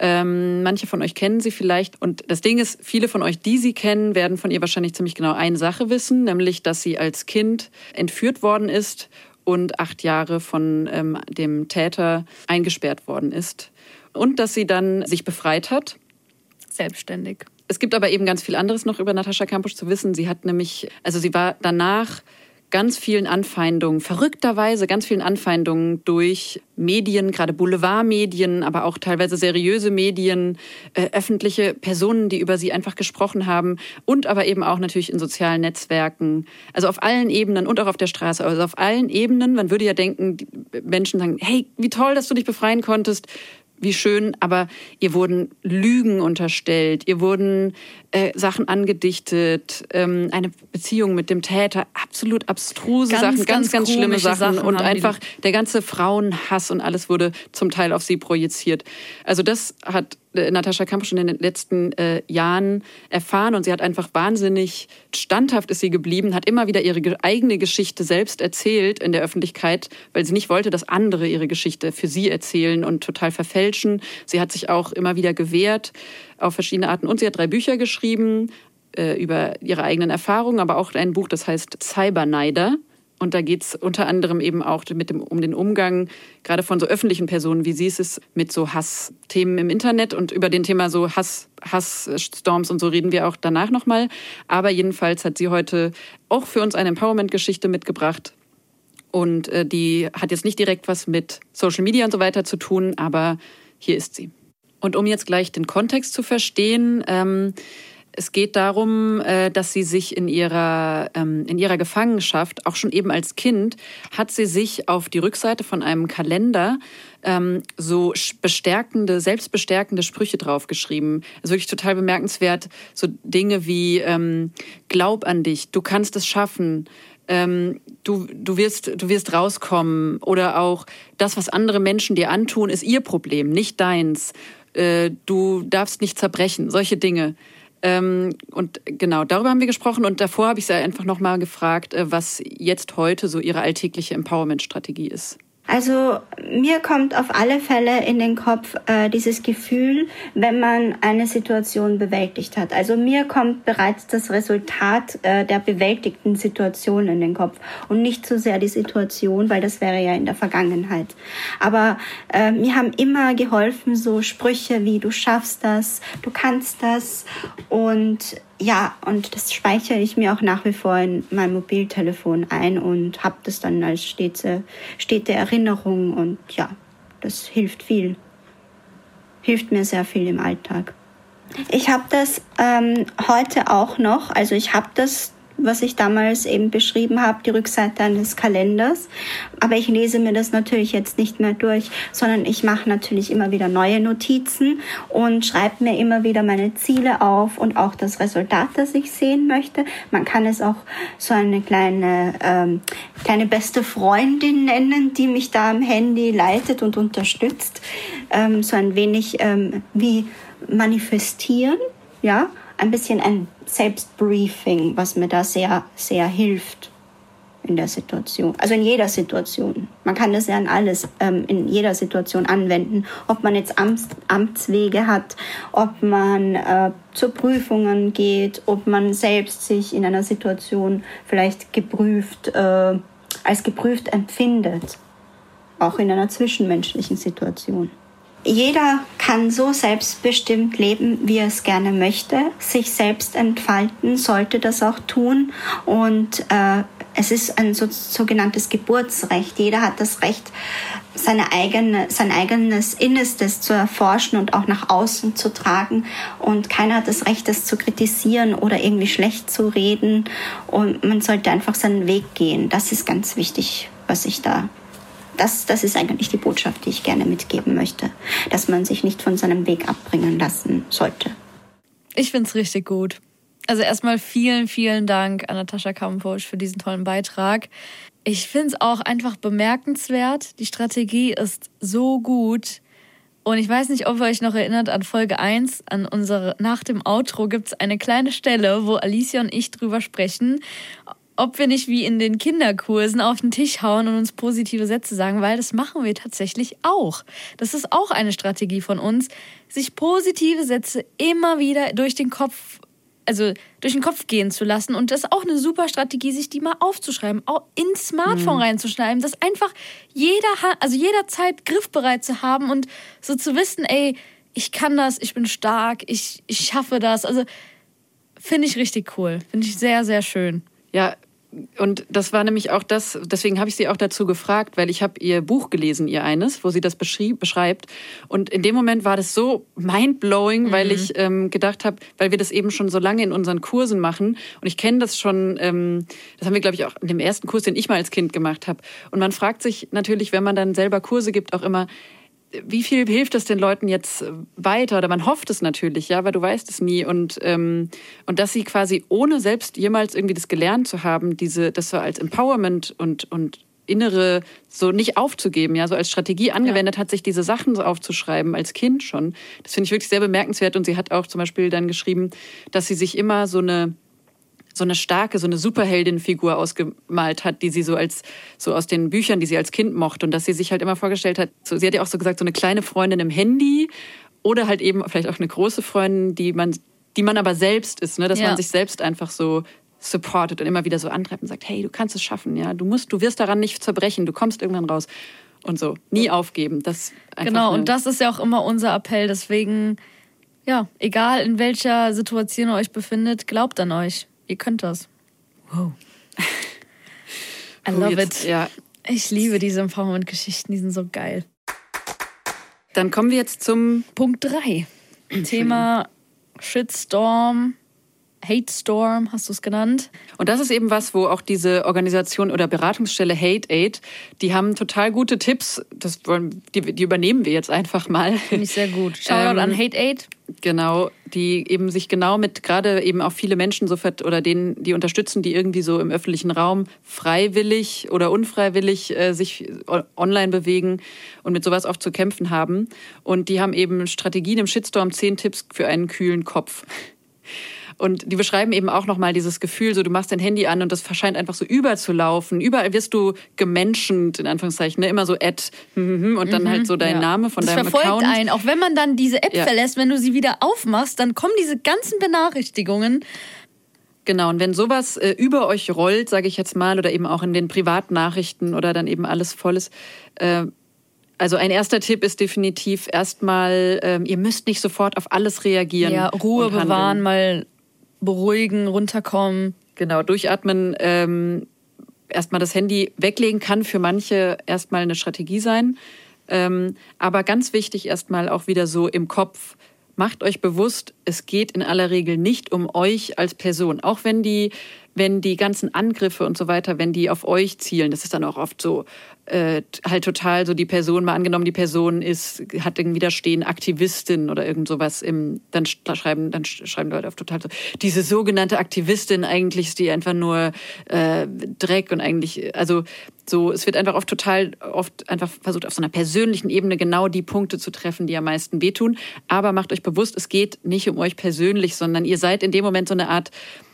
Manche von euch kennen sie vielleicht. Und das Ding ist, viele von euch, die sie kennen, werden von ihr wahrscheinlich ziemlich genau eine Sache wissen, nämlich, dass sie als Kind entführt worden ist und 8 Jahre von dem Täter eingesperrt worden ist. Und dass sie dann sich befreit hat. Selbstständig. Es gibt aber eben ganz viel anderes noch über Natascha Kampusch zu wissen. Sie war danach ganz vielen Anfeindungen, verrückterweise ganz vielen Anfeindungen durch Medien, gerade Boulevardmedien, aber auch teilweise seriöse Medien, öffentliche Personen, die über sie einfach gesprochen haben und aber eben auch natürlich in sozialen Netzwerken, also auf allen Ebenen und auch auf der Straße, also auf allen Ebenen. Man würde ja denken, die Menschen sagen, hey, wie toll, dass du dich befreien konntest. Wie schön, aber ihr wurden Lügen unterstellt, ihr wurden Sachen angedichtet, eine Beziehung mit dem Täter, absolut abstruse Sachen, ganz schlimme Sachen und einfach der ganze Frauenhass und alles wurde zum Teil auf sie projiziert. Also das hat Natascha Kampusch in den letzten Jahren erfahren und sie hat einfach wahnsinnig standhaft ist sie geblieben, hat immer wieder ihre eigene Geschichte selbst erzählt in der Öffentlichkeit, weil sie nicht wollte, dass andere ihre Geschichte für sie erzählen und total verfälschen. Sie hat sich auch immer wieder gewehrt auf verschiedene Arten und sie hat 3 Bücher geschrieben über ihre eigenen Erfahrungen, aber auch ein Buch, das heißt Cyberneider. Und da geht es unter anderem eben auch um den Umgang gerade von so öffentlichen Personen, wie sie es ist, mit so Hassthemen im Internet. Und über den Thema so Hassstorms und so reden wir auch danach nochmal. Aber jedenfalls hat sie heute auch für uns eine Empowerment-Geschichte mitgebracht. Und die hat jetzt nicht direkt was mit Social Media und so weiter zu tun, aber hier ist sie. Und um jetzt gleich den Kontext zu verstehen, es geht darum, dass sie sich in ihrer Gefangenschaft, auch schon eben als Kind, hat sie sich auf die Rückseite von einem Kalender so selbstbestärkende Sprüche draufgeschrieben. Das ist wirklich total bemerkenswert. So Dinge wie glaub an dich, du kannst es schaffen, du wirst rauskommen. Oder auch das, was andere Menschen dir antun, ist ihr Problem, nicht deins. Du darfst nicht zerbrechen, solche Dinge. Und genau, darüber haben wir gesprochen und davor habe ich sie einfach nochmal gefragt, was jetzt heute so ihre alltägliche Empowerment-Strategie ist. Also mir kommt auf alle Fälle in den Kopf dieses Gefühl, wenn man eine Situation bewältigt hat. Also mir kommt bereits das Resultat der bewältigten Situation in den Kopf und nicht so sehr die Situation, weil das wäre ja in der Vergangenheit. Aber mir haben immer geholfen so Sprüche wie du schaffst das, du kannst das und und das speichere ich mir auch nach wie vor in mein Mobiltelefon ein und habe das dann als stete Erinnerung und das hilft viel. Hilft mir sehr viel im Alltag. Ich habe das heute auch noch, also ich habe das was ich damals eben beschrieben habe, die Rückseite eines Kalenders. Aber ich lese mir das natürlich jetzt nicht mehr durch, sondern ich mache natürlich immer wieder neue Notizen und schreibe mir immer wieder meine Ziele auf und auch das Resultat, das ich sehen möchte. Man kann es auch so eine kleine beste Freundin nennen, die mich da am Handy leitet und unterstützt. So ein wenig wie manifestieren, ja, ein bisschen ein Selbstbriefing, was mir da sehr, sehr hilft in der Situation. Also in jeder Situation. Man kann das ja an alles in jeder Situation anwenden. Ob man jetzt Amtswege hat, ob man zu Prüfungen geht, ob man selbst sich in einer Situation vielleicht als geprüft empfindet. Auch in einer zwischenmenschlichen Situation. Jeder kann so selbstbestimmt leben, wie er es gerne möchte, sich selbst entfalten, sollte das auch tun. Und es ist ein sogenanntes Geburtsrecht. Jeder hat das Recht, sein eigenes Innerstes zu erforschen und auch nach außen zu tragen. Und keiner hat das Recht, das zu kritisieren oder irgendwie schlecht zu reden. Und man sollte einfach seinen Weg gehen. Das ist ganz wichtig, was ich da... Das ist eigentlich die Botschaft, die ich gerne mitgeben möchte, dass man sich nicht von seinem Weg abbringen lassen sollte. Ich finde es richtig gut. Also erstmal vielen, vielen Dank an Natascha Kampusch für diesen tollen Beitrag. Ich finde es auch einfach bemerkenswert. Die Strategie ist so gut. Und ich weiß nicht, ob ihr euch noch erinnert an Folge 1, nach dem Outro gibt es eine kleine Stelle, wo Alicia und ich drüber sprechen, ob wir nicht wie in den Kinderkursen auf den Tisch hauen und uns positive Sätze sagen, weil das machen wir tatsächlich auch. Das ist auch eine Strategie von uns, sich positive Sätze immer wieder durch den Kopf gehen zu lassen. Und das ist auch eine super Strategie, sich die mal aufzuschreiben, auch ins Smartphone reinzuschreiben, das einfach jederzeit griffbereit zu haben und so zu wissen, ey, ich kann das, ich bin stark, ich schaffe das. Also finde ich richtig cool, finde ich sehr, sehr schön. Ja, und das war nämlich auch das, deswegen habe ich sie auch dazu gefragt, weil ich habe ihr Buch gelesen, ihr eines, wo sie das beschreibt. Und in dem Moment war das so mindblowing, weil ich gedacht habe, weil wir das eben schon so lange in unseren Kursen machen. Und ich kenne das schon, das haben wir, glaube ich, auch in dem ersten Kurs, den ich mal als Kind gemacht habe. Und man fragt sich natürlich, wenn man dann selber Kurse gibt, auch immer, wie viel hilft es den Leuten jetzt weiter? Oder man hofft es natürlich, ja, weil du weißt es nie. Und dass sie quasi, ohne selbst jemals irgendwie das gelernt zu haben, das so als Empowerment und innere, so nicht aufzugeben, ja, so als Strategie angewendet hat, sich diese Sachen so aufzuschreiben, als Kind schon. Das finde ich wirklich sehr bemerkenswert. Und sie hat auch zum Beispiel dann geschrieben, dass sie sich immer so eine starke, so eine Superheldin-Figur ausgemalt hat, die sie so aus den Büchern, die sie als Kind mochte, und dass sie sich halt immer vorgestellt hat, sie hat ja auch so gesagt, so eine kleine Freundin im Handy oder halt eben vielleicht auch eine große Freundin, die man aber selbst ist, ne? Dass man sich selbst einfach so supportet und immer wieder so antreibt und sagt, hey, du kannst es schaffen, ja, du wirst daran nicht zerbrechen, du kommst irgendwann raus und so. Nie aufgeben. Das genau, und das ist ja auch immer unser Appell, deswegen, ja, egal in welcher Situation ihr euch befindet, glaubt an euch. Ihr könnt das. Wow. I love it. Ja. Ich liebe diese Empowerment-Geschichten, die sind so geil. Dann kommen wir jetzt zum Punkt 3. Thema Shitstorm, Hate Storm, hast du es genannt. Und das ist eben was, wo auch diese Organisation oder Beratungsstelle Hate Aid, die haben total gute Tipps. Die übernehmen wir jetzt einfach mal. Finde ich sehr gut. Shoutout an Hate Aid. Genau, die eben sich genau mit gerade eben auch viele Menschen oder denen, die unterstützen, die irgendwie so im öffentlichen Raum freiwillig oder unfreiwillig sich online bewegen und mit sowas oft zu kämpfen haben. Und die haben eben Strategien im Shitstorm, 10 Tipps für einen kühlen Kopf. Und die beschreiben eben auch nochmal dieses Gefühl, so du machst dein Handy an und das scheint einfach so überzulaufen. Überall wirst du gemenschent, in Anführungszeichen, ne? Immer so und dann halt so dein Name von deinem Account. Das verfolgt einen, auch wenn man dann diese App verlässt, wenn du sie wieder aufmachst, dann kommen diese ganzen Benachrichtigungen. Genau, und wenn sowas über euch rollt, sage ich jetzt mal, oder eben auch in den Privatnachrichten oder dann eben alles voll ist, also ein erster Tipp ist definitiv erstmal, ihr müsst nicht sofort auf alles reagieren. Ja, Ruhe bewahren, mal beruhigen, runterkommen. Genau, durchatmen. Erstmal das Handy weglegen kann für manche erstmal eine Strategie sein. Aber ganz wichtig erstmal auch wieder so im Kopf. Macht euch bewusst, es geht in aller Regel nicht um euch als Person. Auch wenn die wenn die ganzen Angriffe und so weiter, wenn die auf euch zielen, das ist dann auch oft so, halt total so die Person, mal angenommen, die Person hat irgendwie da stehen Aktivistin oder irgend sowas, dann schreiben Leute oft total so, diese sogenannte Aktivistin, eigentlich ist die einfach nur Dreck und eigentlich, also so, es wird einfach oft einfach versucht, auf so einer persönlichen Ebene genau die Punkte zu treffen, die am meisten wehtun. Aber macht euch bewusst, es geht nicht um euch persönlich, sondern ihr seid in dem Moment so eine Art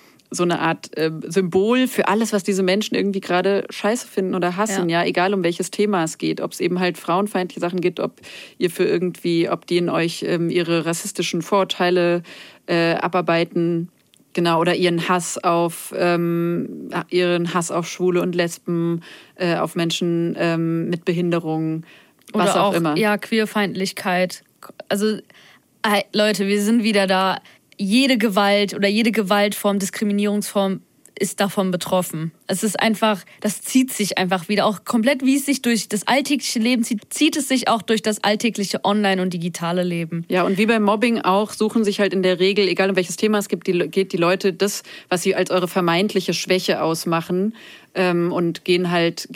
Symbol für alles, was diese Menschen irgendwie gerade scheiße finden oder hassen, ja, egal um welches Thema es geht, ob es eben halt frauenfeindliche Sachen geht, ob die in euch ihre rassistischen Vorurteile abarbeiten, genau, oder ihren Hass auf Schwule und Lesben, auf Menschen mit Behinderung, was oder auch immer. Ja, Queerfeindlichkeit. Also Leute, wir sind wieder da. Jede Gewalt oder jede Gewaltform, Diskriminierungsform ist davon betroffen. Es ist einfach, das zieht sich einfach wieder. Auch komplett, wie es sich durch das alltägliche Leben zieht es sich auch durch das alltägliche Online- und digitale Leben. Ja, und wie beim Mobbing auch, suchen sich halt in der Regel, egal um welches Thema es geht, die Leute das, was sie als eure vermeintliche Schwäche ausmachen, und gehen halt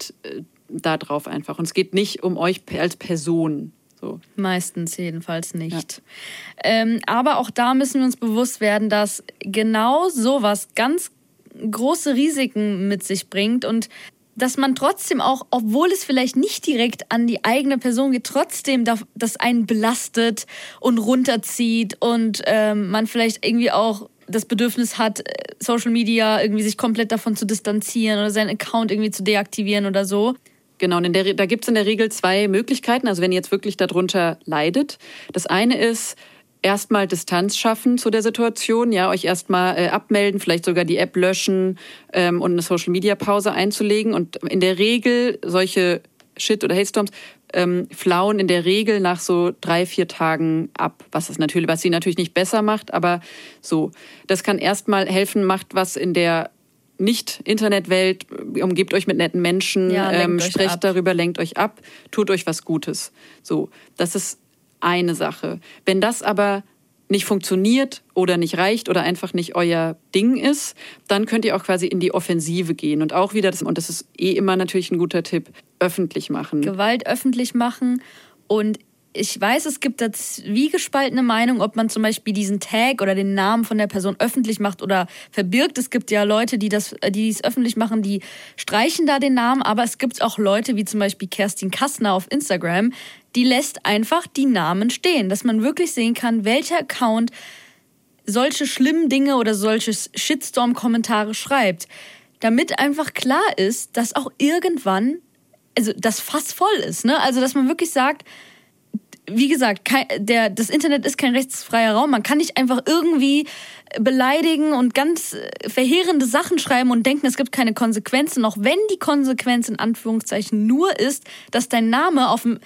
da drauf einfach. Und es geht nicht um euch als Person. So. Meistens jedenfalls nicht. Ja. Aber auch da müssen wir uns bewusst werden, dass genau sowas ganz große Risiken mit sich bringt und dass man trotzdem auch, obwohl es vielleicht nicht direkt an die eigene Person geht, trotzdem das einen belastet und runterzieht und man vielleicht irgendwie auch das Bedürfnis hat, Social Media irgendwie sich komplett davon zu distanzieren oder seinen Account irgendwie zu deaktivieren oder so. Genau, und da gibt es in der Regel 2 Möglichkeiten, also wenn ihr jetzt wirklich darunter leidet. Das eine ist, erstmal Distanz schaffen zu der Situation, ja, euch erstmal abmelden, vielleicht sogar die App löschen und eine Social-Media-Pause einzulegen. Und in der Regel solche Shit- oder Hate-Storms flauen in der Regel nach so 3-4 Tagen ab, was sie natürlich nicht besser macht, aber so. Das kann erstmal helfen, macht was in der Nicht-Internetwelt, umgebt euch mit netten Menschen, sprecht darüber, lenkt euch ab, tut euch was Gutes. So, das ist eine Sache. Wenn das aber nicht funktioniert oder nicht reicht oder einfach nicht euer Ding ist, dann könnt ihr auch quasi in die Offensive gehen und auch wieder, und das ist immer natürlich ein guter Tipp, öffentlich machen. Gewalt öffentlich machen. Und ich weiß, es gibt da zwiegespaltene Meinung, ob man zum Beispiel diesen Tag oder den Namen von der Person öffentlich macht oder verbirgt. Es gibt ja Leute, die es öffentlich machen, die streichen da den Namen. Aber es gibt auch Leute, wie zum Beispiel Kerstin Kastner auf Instagram, die lässt einfach die Namen stehen. Dass man wirklich sehen kann, welcher Account solche schlimmen Dinge oder solche Shitstorm-Kommentare schreibt. Damit einfach klar ist, dass auch irgendwann, also das Fass voll ist, ne? Also dass man wirklich sagt, wie gesagt, das Internet ist kein rechtsfreier Raum. Man kann nicht einfach irgendwie beleidigen und ganz verheerende Sachen schreiben und denken, es gibt keine Konsequenzen. Auch wenn die Konsequenz in Anführungszeichen nur ist, dass dein Name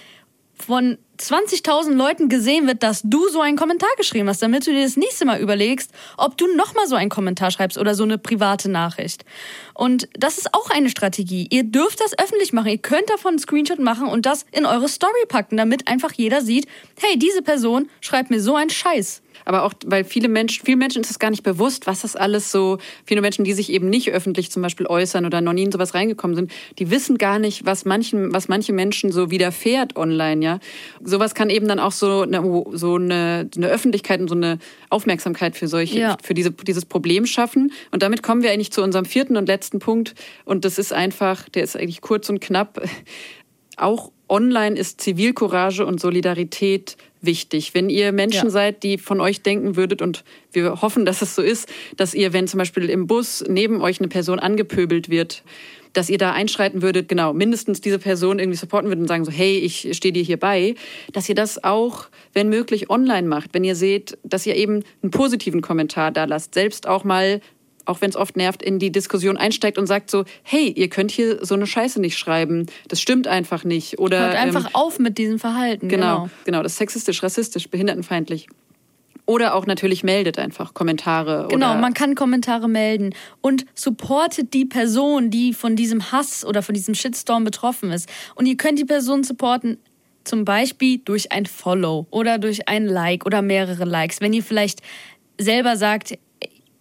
von 20.000 Leuten gesehen wird, dass du so einen Kommentar geschrieben hast, damit du dir das nächste Mal überlegst, ob du nochmal so einen Kommentar schreibst oder so eine private Nachricht. Und das ist auch eine Strategie. Ihr dürft das öffentlich machen. Ihr könnt davon einen Screenshot machen und das in eure Story packen, damit einfach jeder sieht, hey, diese Person schreibt mir so einen Scheiß. Aber auch, weil vielen Menschen ist es gar nicht bewusst, was das alles so, viele Menschen, die sich eben nicht öffentlich zum Beispiel äußern oder noch nie in sowas reingekommen sind, die wissen gar nicht, was manche Menschen so widerfährt online, ja. Sowas kann eben dann auch so eine Öffentlichkeit und so eine Aufmerksamkeit für dieses Problem schaffen. Und damit kommen wir eigentlich zu unserem 4. und letzten Punkt. Und das ist einfach, der ist eigentlich kurz und knapp. Auch online ist Zivilcourage und Solidarität wichtig. Wenn ihr Menschen seid, die von euch denken würdet, und wir hoffen, dass es so ist, dass ihr, wenn zum Beispiel im Bus neben euch eine Person angepöbelt wird, dass ihr da einschreiten würdet, genau, mindestens diese Person irgendwie supporten würdet und sagen so, hey, ich stehe dir hier bei, dass ihr das auch, wenn möglich, online macht. Wenn ihr seht, dass ihr eben einen positiven Kommentar da lasst, selbst auch mal, auch wenn es oft nervt, in die Diskussion einsteigt und sagt so, hey, ihr könnt hier so eine Scheiße nicht schreiben, das stimmt einfach nicht. Oder hört einfach auf mit diesem Verhalten. Genau, das ist sexistisch, rassistisch, behindertenfeindlich. Oder auch natürlich meldet einfach Kommentare. Genau, oder man kann Kommentare melden und supportet die Person, die von diesem Hass oder von diesem Shitstorm betroffen ist. Und ihr könnt die Person supporten, zum Beispiel durch ein Follow oder durch ein Like oder mehrere Likes. Wenn ihr vielleicht selber sagt,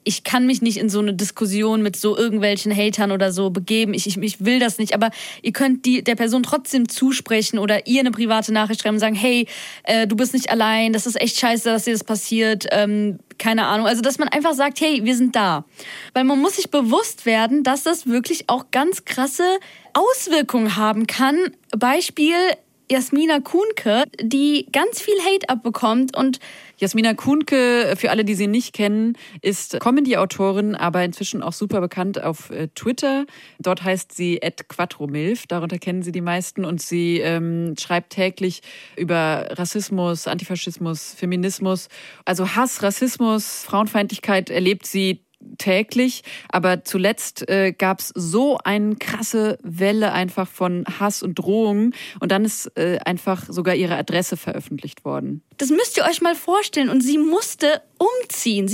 ich kann mich nicht in so eine Diskussion mit so irgendwelchen Hatern oder so begeben. Ich will das nicht. Aber ihr könnt der Person trotzdem zusprechen oder ihr eine private Nachricht schreiben und sagen, hey, du bist nicht allein, das ist echt scheiße, dass dir das passiert. Keine Ahnung. Also, dass man einfach sagt, hey, wir sind da. Weil man muss sich bewusst werden, dass das wirklich auch ganz krasse Auswirkungen haben kann. Beispiel Jasmina Kuhnke, die ganz viel Hate abbekommt. Und Jasmina Kuhnke, für alle, die sie nicht kennen, ist Comedy-Autorin, aber inzwischen auch super bekannt auf Twitter. Dort heißt sie @quattromilf, darunter kennen sie die meisten. Und sie schreibt täglich über Rassismus, Antifaschismus, Feminismus. Also Hass, Rassismus, Frauenfeindlichkeit erlebt sie täglich, aber zuletzt gab es so eine krasse Welle einfach von Hass und Drohungen und dann ist einfach sogar ihre Adresse veröffentlicht worden. Das müsst ihr euch mal vorstellen und sie musste umziehen.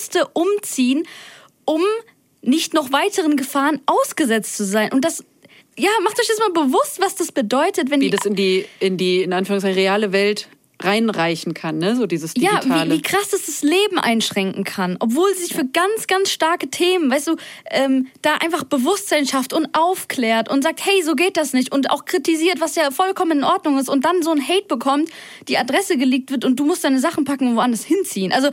Um nicht noch weiteren Gefahren ausgesetzt zu sein. Und das, ja, macht euch das mal bewusst, was das bedeutet, wenn wie das in die in Anführungszeichen reale Welt reinreichen kann, ne? So dieses Digitale. Ja, wie krass das Leben einschränken kann. Obwohl sie sich für ganz, ganz starke Themen, weißt du, da einfach Bewusstsein schafft und aufklärt und sagt, hey, so geht das nicht. Und auch kritisiert, was ja vollkommen in Ordnung ist. Und dann so ein Hate bekommt, die Adresse geleakt wird und du musst deine Sachen packen und woanders hinziehen. Also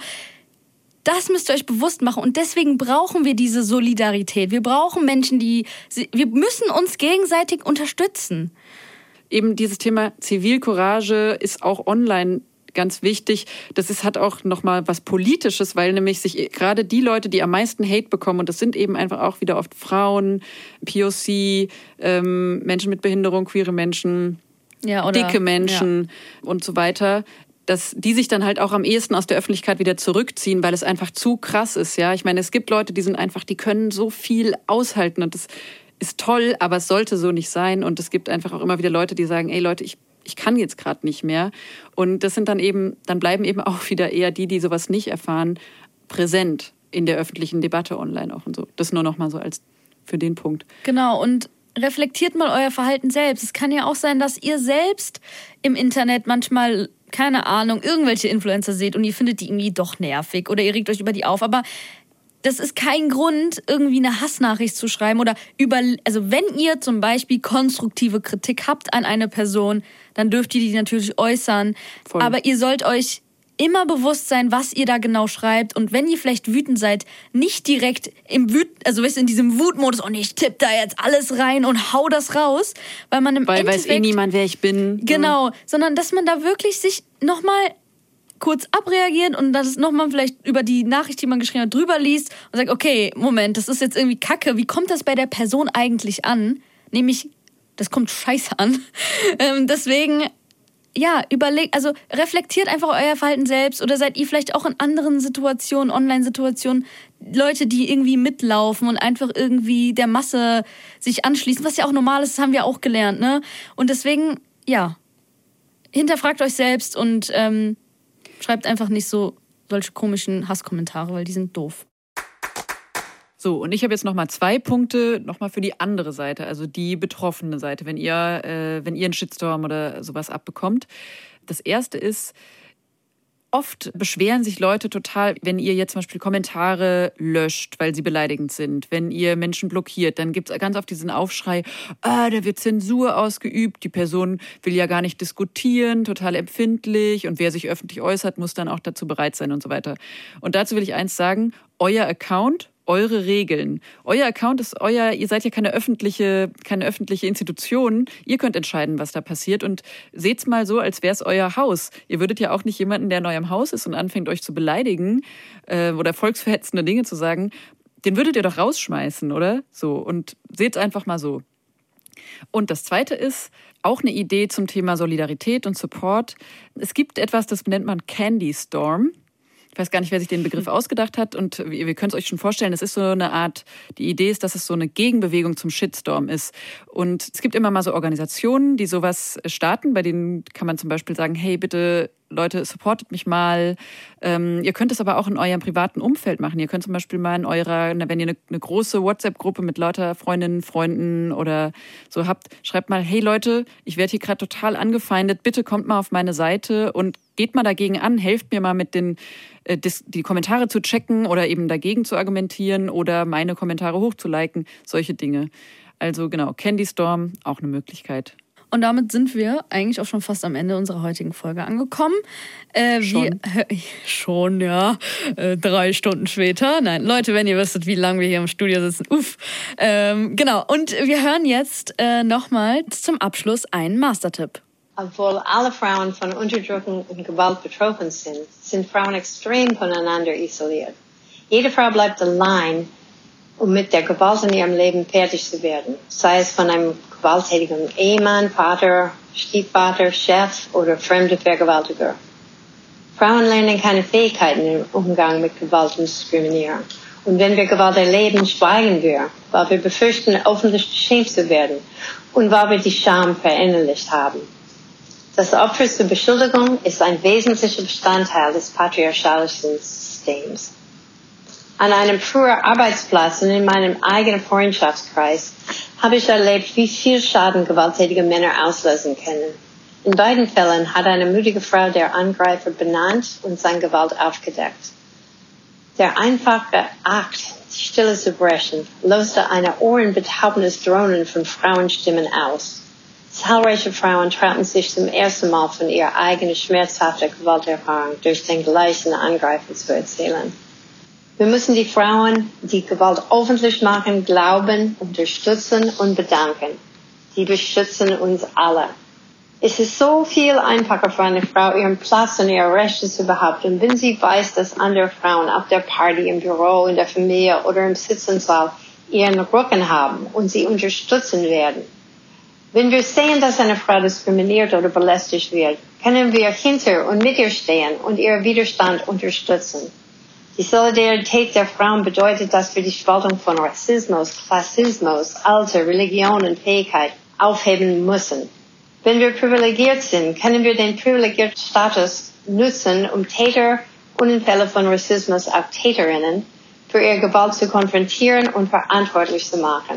das müsst ihr euch bewusst machen. Und deswegen brauchen wir diese Solidarität. Wir brauchen Menschen, wir müssen uns gegenseitig unterstützen. Eben dieses Thema Zivilcourage ist auch online ganz wichtig. Hat auch nochmal was Politisches, weil nämlich sich gerade die Leute, die am meisten Hate bekommen, und das sind eben einfach auch wieder oft Frauen, POC, Menschen mit Behinderung, queere Menschen, dicke Menschen und so weiter, dass die sich dann halt auch am ehesten aus der Öffentlichkeit wieder zurückziehen, weil es einfach zu krass ist. Ja, ich meine, es gibt Leute, die können so viel aushalten und das ist toll, aber es sollte so nicht sein. Und es gibt einfach auch immer wieder Leute, die sagen, ey Leute, ich kann jetzt gerade nicht mehr. Und das sind dann bleiben eben auch wieder eher die sowas nicht erfahren, präsent in der öffentlichen Debatte online auch und so. Das nur noch mal so als für den Punkt. Genau, und reflektiert mal euer Verhalten selbst. Es kann ja auch sein, dass ihr selbst im Internet manchmal, keine Ahnung, irgendwelche Influencer seht und ihr findet die irgendwie doch nervig oder ihr regt euch über die auf, aber das ist kein Grund, irgendwie eine Hassnachricht zu schreiben oder also wenn ihr zum Beispiel konstruktive Kritik habt an eine Person, dann dürft ihr die natürlich äußern. Voll. Aber ihr sollt euch immer bewusst sein, was ihr da genau schreibt und wenn ihr vielleicht wütend seid, nicht direkt in diesem Wutmodus, oh nee, ich tippe da jetzt alles rein und hau das raus, weil man weil weiß niemand, wer ich bin. Genau, sondern dass man da wirklich sich nochmal kurz abreagiert und das nochmal vielleicht über die Nachricht, die man geschrieben hat, drüber liest und sagt, okay, Moment, das ist jetzt irgendwie Kacke. Wie kommt das bei der Person eigentlich an? Nämlich, das kommt scheiße an. Deswegen, ja, reflektiert einfach euer Verhalten selbst oder seid ihr vielleicht auch in anderen Situationen, Online-Situationen, Leute, die irgendwie mitlaufen und einfach irgendwie der Masse sich anschließen, was ja auch normal ist, das haben wir auch gelernt, ne? Und deswegen, ja, hinterfragt euch selbst und schreibt einfach nicht solche komischen Hasskommentare, weil die sind doof. So, und ich habe jetzt nochmal 2 Punkte, nochmal für die andere Seite, also die betroffene Seite, wenn ihr einen Shitstorm oder sowas abbekommt. Das erste ist, oft beschweren sich Leute total, wenn ihr jetzt zum Beispiel Kommentare löscht, weil sie beleidigend sind. Wenn ihr Menschen blockiert, dann gibt es ganz oft diesen Aufschrei, da wird Zensur ausgeübt, die Person will ja gar nicht diskutieren, total empfindlich und wer sich öffentlich äußert, muss dann auch dazu bereit sein und so weiter. Und dazu will ich eins sagen, euer Account, eure Regeln. Euer Account ist ihr seid ja keine öffentliche Institution. Ihr könnt entscheiden, was da passiert und seht's mal so, als wäre es euer Haus. Ihr würdet ja auch nicht jemanden, der in eurem Haus ist und anfängt, euch zu beleidigen oder volksverhetzende Dinge zu sagen, den würdet ihr doch rausschmeißen, oder? So, und seht's einfach mal so. Und das Zweite ist auch eine Idee zum Thema Solidarität und Support. Es gibt etwas, das nennt man Candy Storm. Ich weiß gar nicht, wer sich den Begriff ausgedacht hat und wir können es euch schon vorstellen, es ist so eine Art, die Idee ist, dass es so eine Gegenbewegung zum Shitstorm ist. Und es gibt immer mal so Organisationen, die sowas starten, bei denen kann man zum Beispiel sagen, hey, bitte Leute, supportet mich mal. Ihr könnt es aber auch in eurem privaten Umfeld machen. Ihr könnt zum Beispiel mal in wenn ihr eine große WhatsApp-Gruppe mit lauter Freundinnen, Freunden oder so habt, schreibt mal, hey Leute, ich werde hier gerade total angefeindet, bitte kommt mal auf meine Seite und geht mal dagegen an, helft mir mal mit die Kommentare zu checken oder eben dagegen zu argumentieren oder meine Kommentare hochzuliken, solche Dinge. Also genau, Candy Storm, auch eine Möglichkeit. Und damit sind wir eigentlich auch schon fast am Ende unserer heutigen Folge angekommen. Schon, ja. 3 Stunden später. Nein, Leute, wenn ihr wüsstet, wie lange wir hier im Studio sitzen. Genau, und wir hören jetzt nochmal zum Abschluss einen Mastertipp. Obwohl alle Frauen von Unterdrückung und Gewalt betroffen sind Frauen extrem voneinander isoliert. Jede Frau bleibt allein, um mit der Gewalt in ihrem Leben fertig zu werden. Sei es von einem gewalttätigen Ehemann, Vater, Stiefvater, Chef oder fremde Vergewaltiger. Frauen lernen keine Fähigkeiten im Umgang mit Gewalt und Diskriminierung. Und wenn wir Gewalt erleben, schweigen wir, weil wir befürchten, öffentlich beschämt zu werden und weil wir die Scham verinnerlicht haben. Das Opfer zur Beschuldigung ist ein wesentlicher Bestandteil des patriarchalischen Systems. An einem früheren Arbeitsplatz und in meinem eigenen Freundschaftskreis habe ich erlebt, wie viel Schaden gewalttätige Männer auslösen können. In beiden Fällen hat eine mutige Frau der Angreifer benannt und seine Gewalt aufgedeckt. Der einfache Akt, die Stille zu brechen, löste ein ohrenbetaubendes Drohnen von Frauenstimmen aus. Zahlreiche Frauen trauten sich zum ersten Mal von ihrer eigenen schmerzhaften Gewalterfahrung durch den gleichen Angreifer zu erzählen. Wir müssen die Frauen, die Gewalt öffentlich machen, glauben, unterstützen und bedanken. Die beschützen uns alle. Es ist so viel einfacher für eine Frau, ihren Platz und ihre Rechte zu behaupten, wenn sie weiß, dass andere Frauen auf der Party, im Büro, in der Familie oder im Sitzungssaal ihren Rücken haben und sie unterstützen werden. Wenn wir sehen, dass eine Frau diskriminiert oder belästigt wird, können wir hinter und mit ihr stehen und ihren Widerstand unterstützen. Die Solidarität der Frauen bedeutet, dass wir die Spaltung von Rassismus, Klassismus, Alter, Religion und Fähigkeit aufheben müssen. Wenn wir privilegiert sind, können wir den privilegierten Status nutzen, um Täter und in Fällen von Rassismus auch Täterinnen für ihre Gewalt zu konfrontieren und verantwortlich zu machen.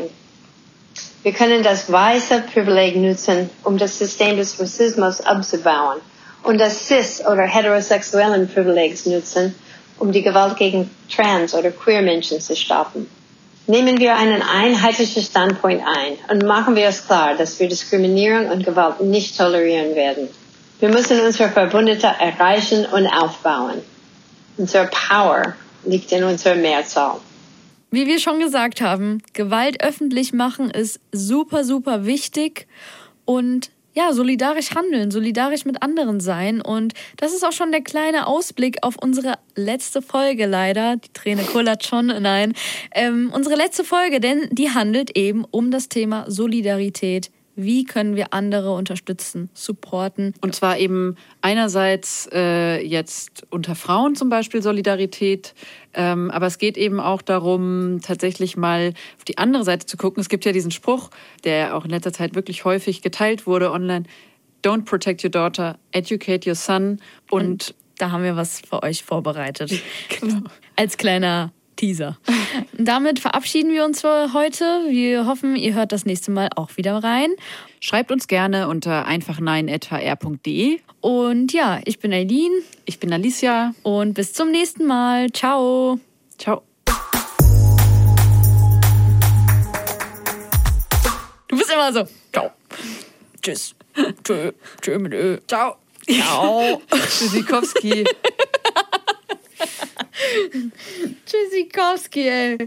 Wir können das weiße Privileg nutzen, um das System des Rassismus abzubauen und das cis- oder heterosexuellen Privileg nutzen, um die Gewalt gegen Trans- oder Queer-Menschen zu stoppen. Nehmen wir einen einheitlichen Standpunkt ein und machen wir es klar, dass wir Diskriminierung und Gewalt nicht tolerieren werden. Wir müssen unsere Verbündete erreichen und aufbauen. Unsere Power liegt in unserer Mehrzahl. Wie wir schon gesagt haben, Gewalt öffentlich machen ist super, super wichtig und ja, solidarisch handeln, solidarisch mit anderen sein. Und das ist auch schon der kleine Ausblick auf unsere letzte Folge leider. Die Träne kullert schon, nein. Unsere letzte Folge, denn die handelt eben um das Thema Solidarität. Wie können wir andere unterstützen, supporten? Und zwar eben einerseits jetzt unter Frauen zum Beispiel Solidarität, aber es geht eben auch darum, tatsächlich mal auf die andere Seite zu gucken. Es gibt ja diesen Spruch, der auch in letzter Zeit wirklich häufig geteilt wurde online. Don't protect your daughter, educate your son. Und da haben wir was für euch vorbereitet. Genau. Als kleiner Teaser. Damit verabschieden wir uns für heute. Wir hoffen, ihr hört das nächste Mal auch wieder rein. Schreibt uns gerne unter einfachnein@hr.de. Und ja, ich bin Eileen. Ich bin Alicia. Und bis zum nächsten Mal. Ciao. Ciao. Du bist immer so. Ciao. Tschüss. Tschö mit Ö. Ciao. Ciao. Tschüssikowski. Tschüssikowski, ey.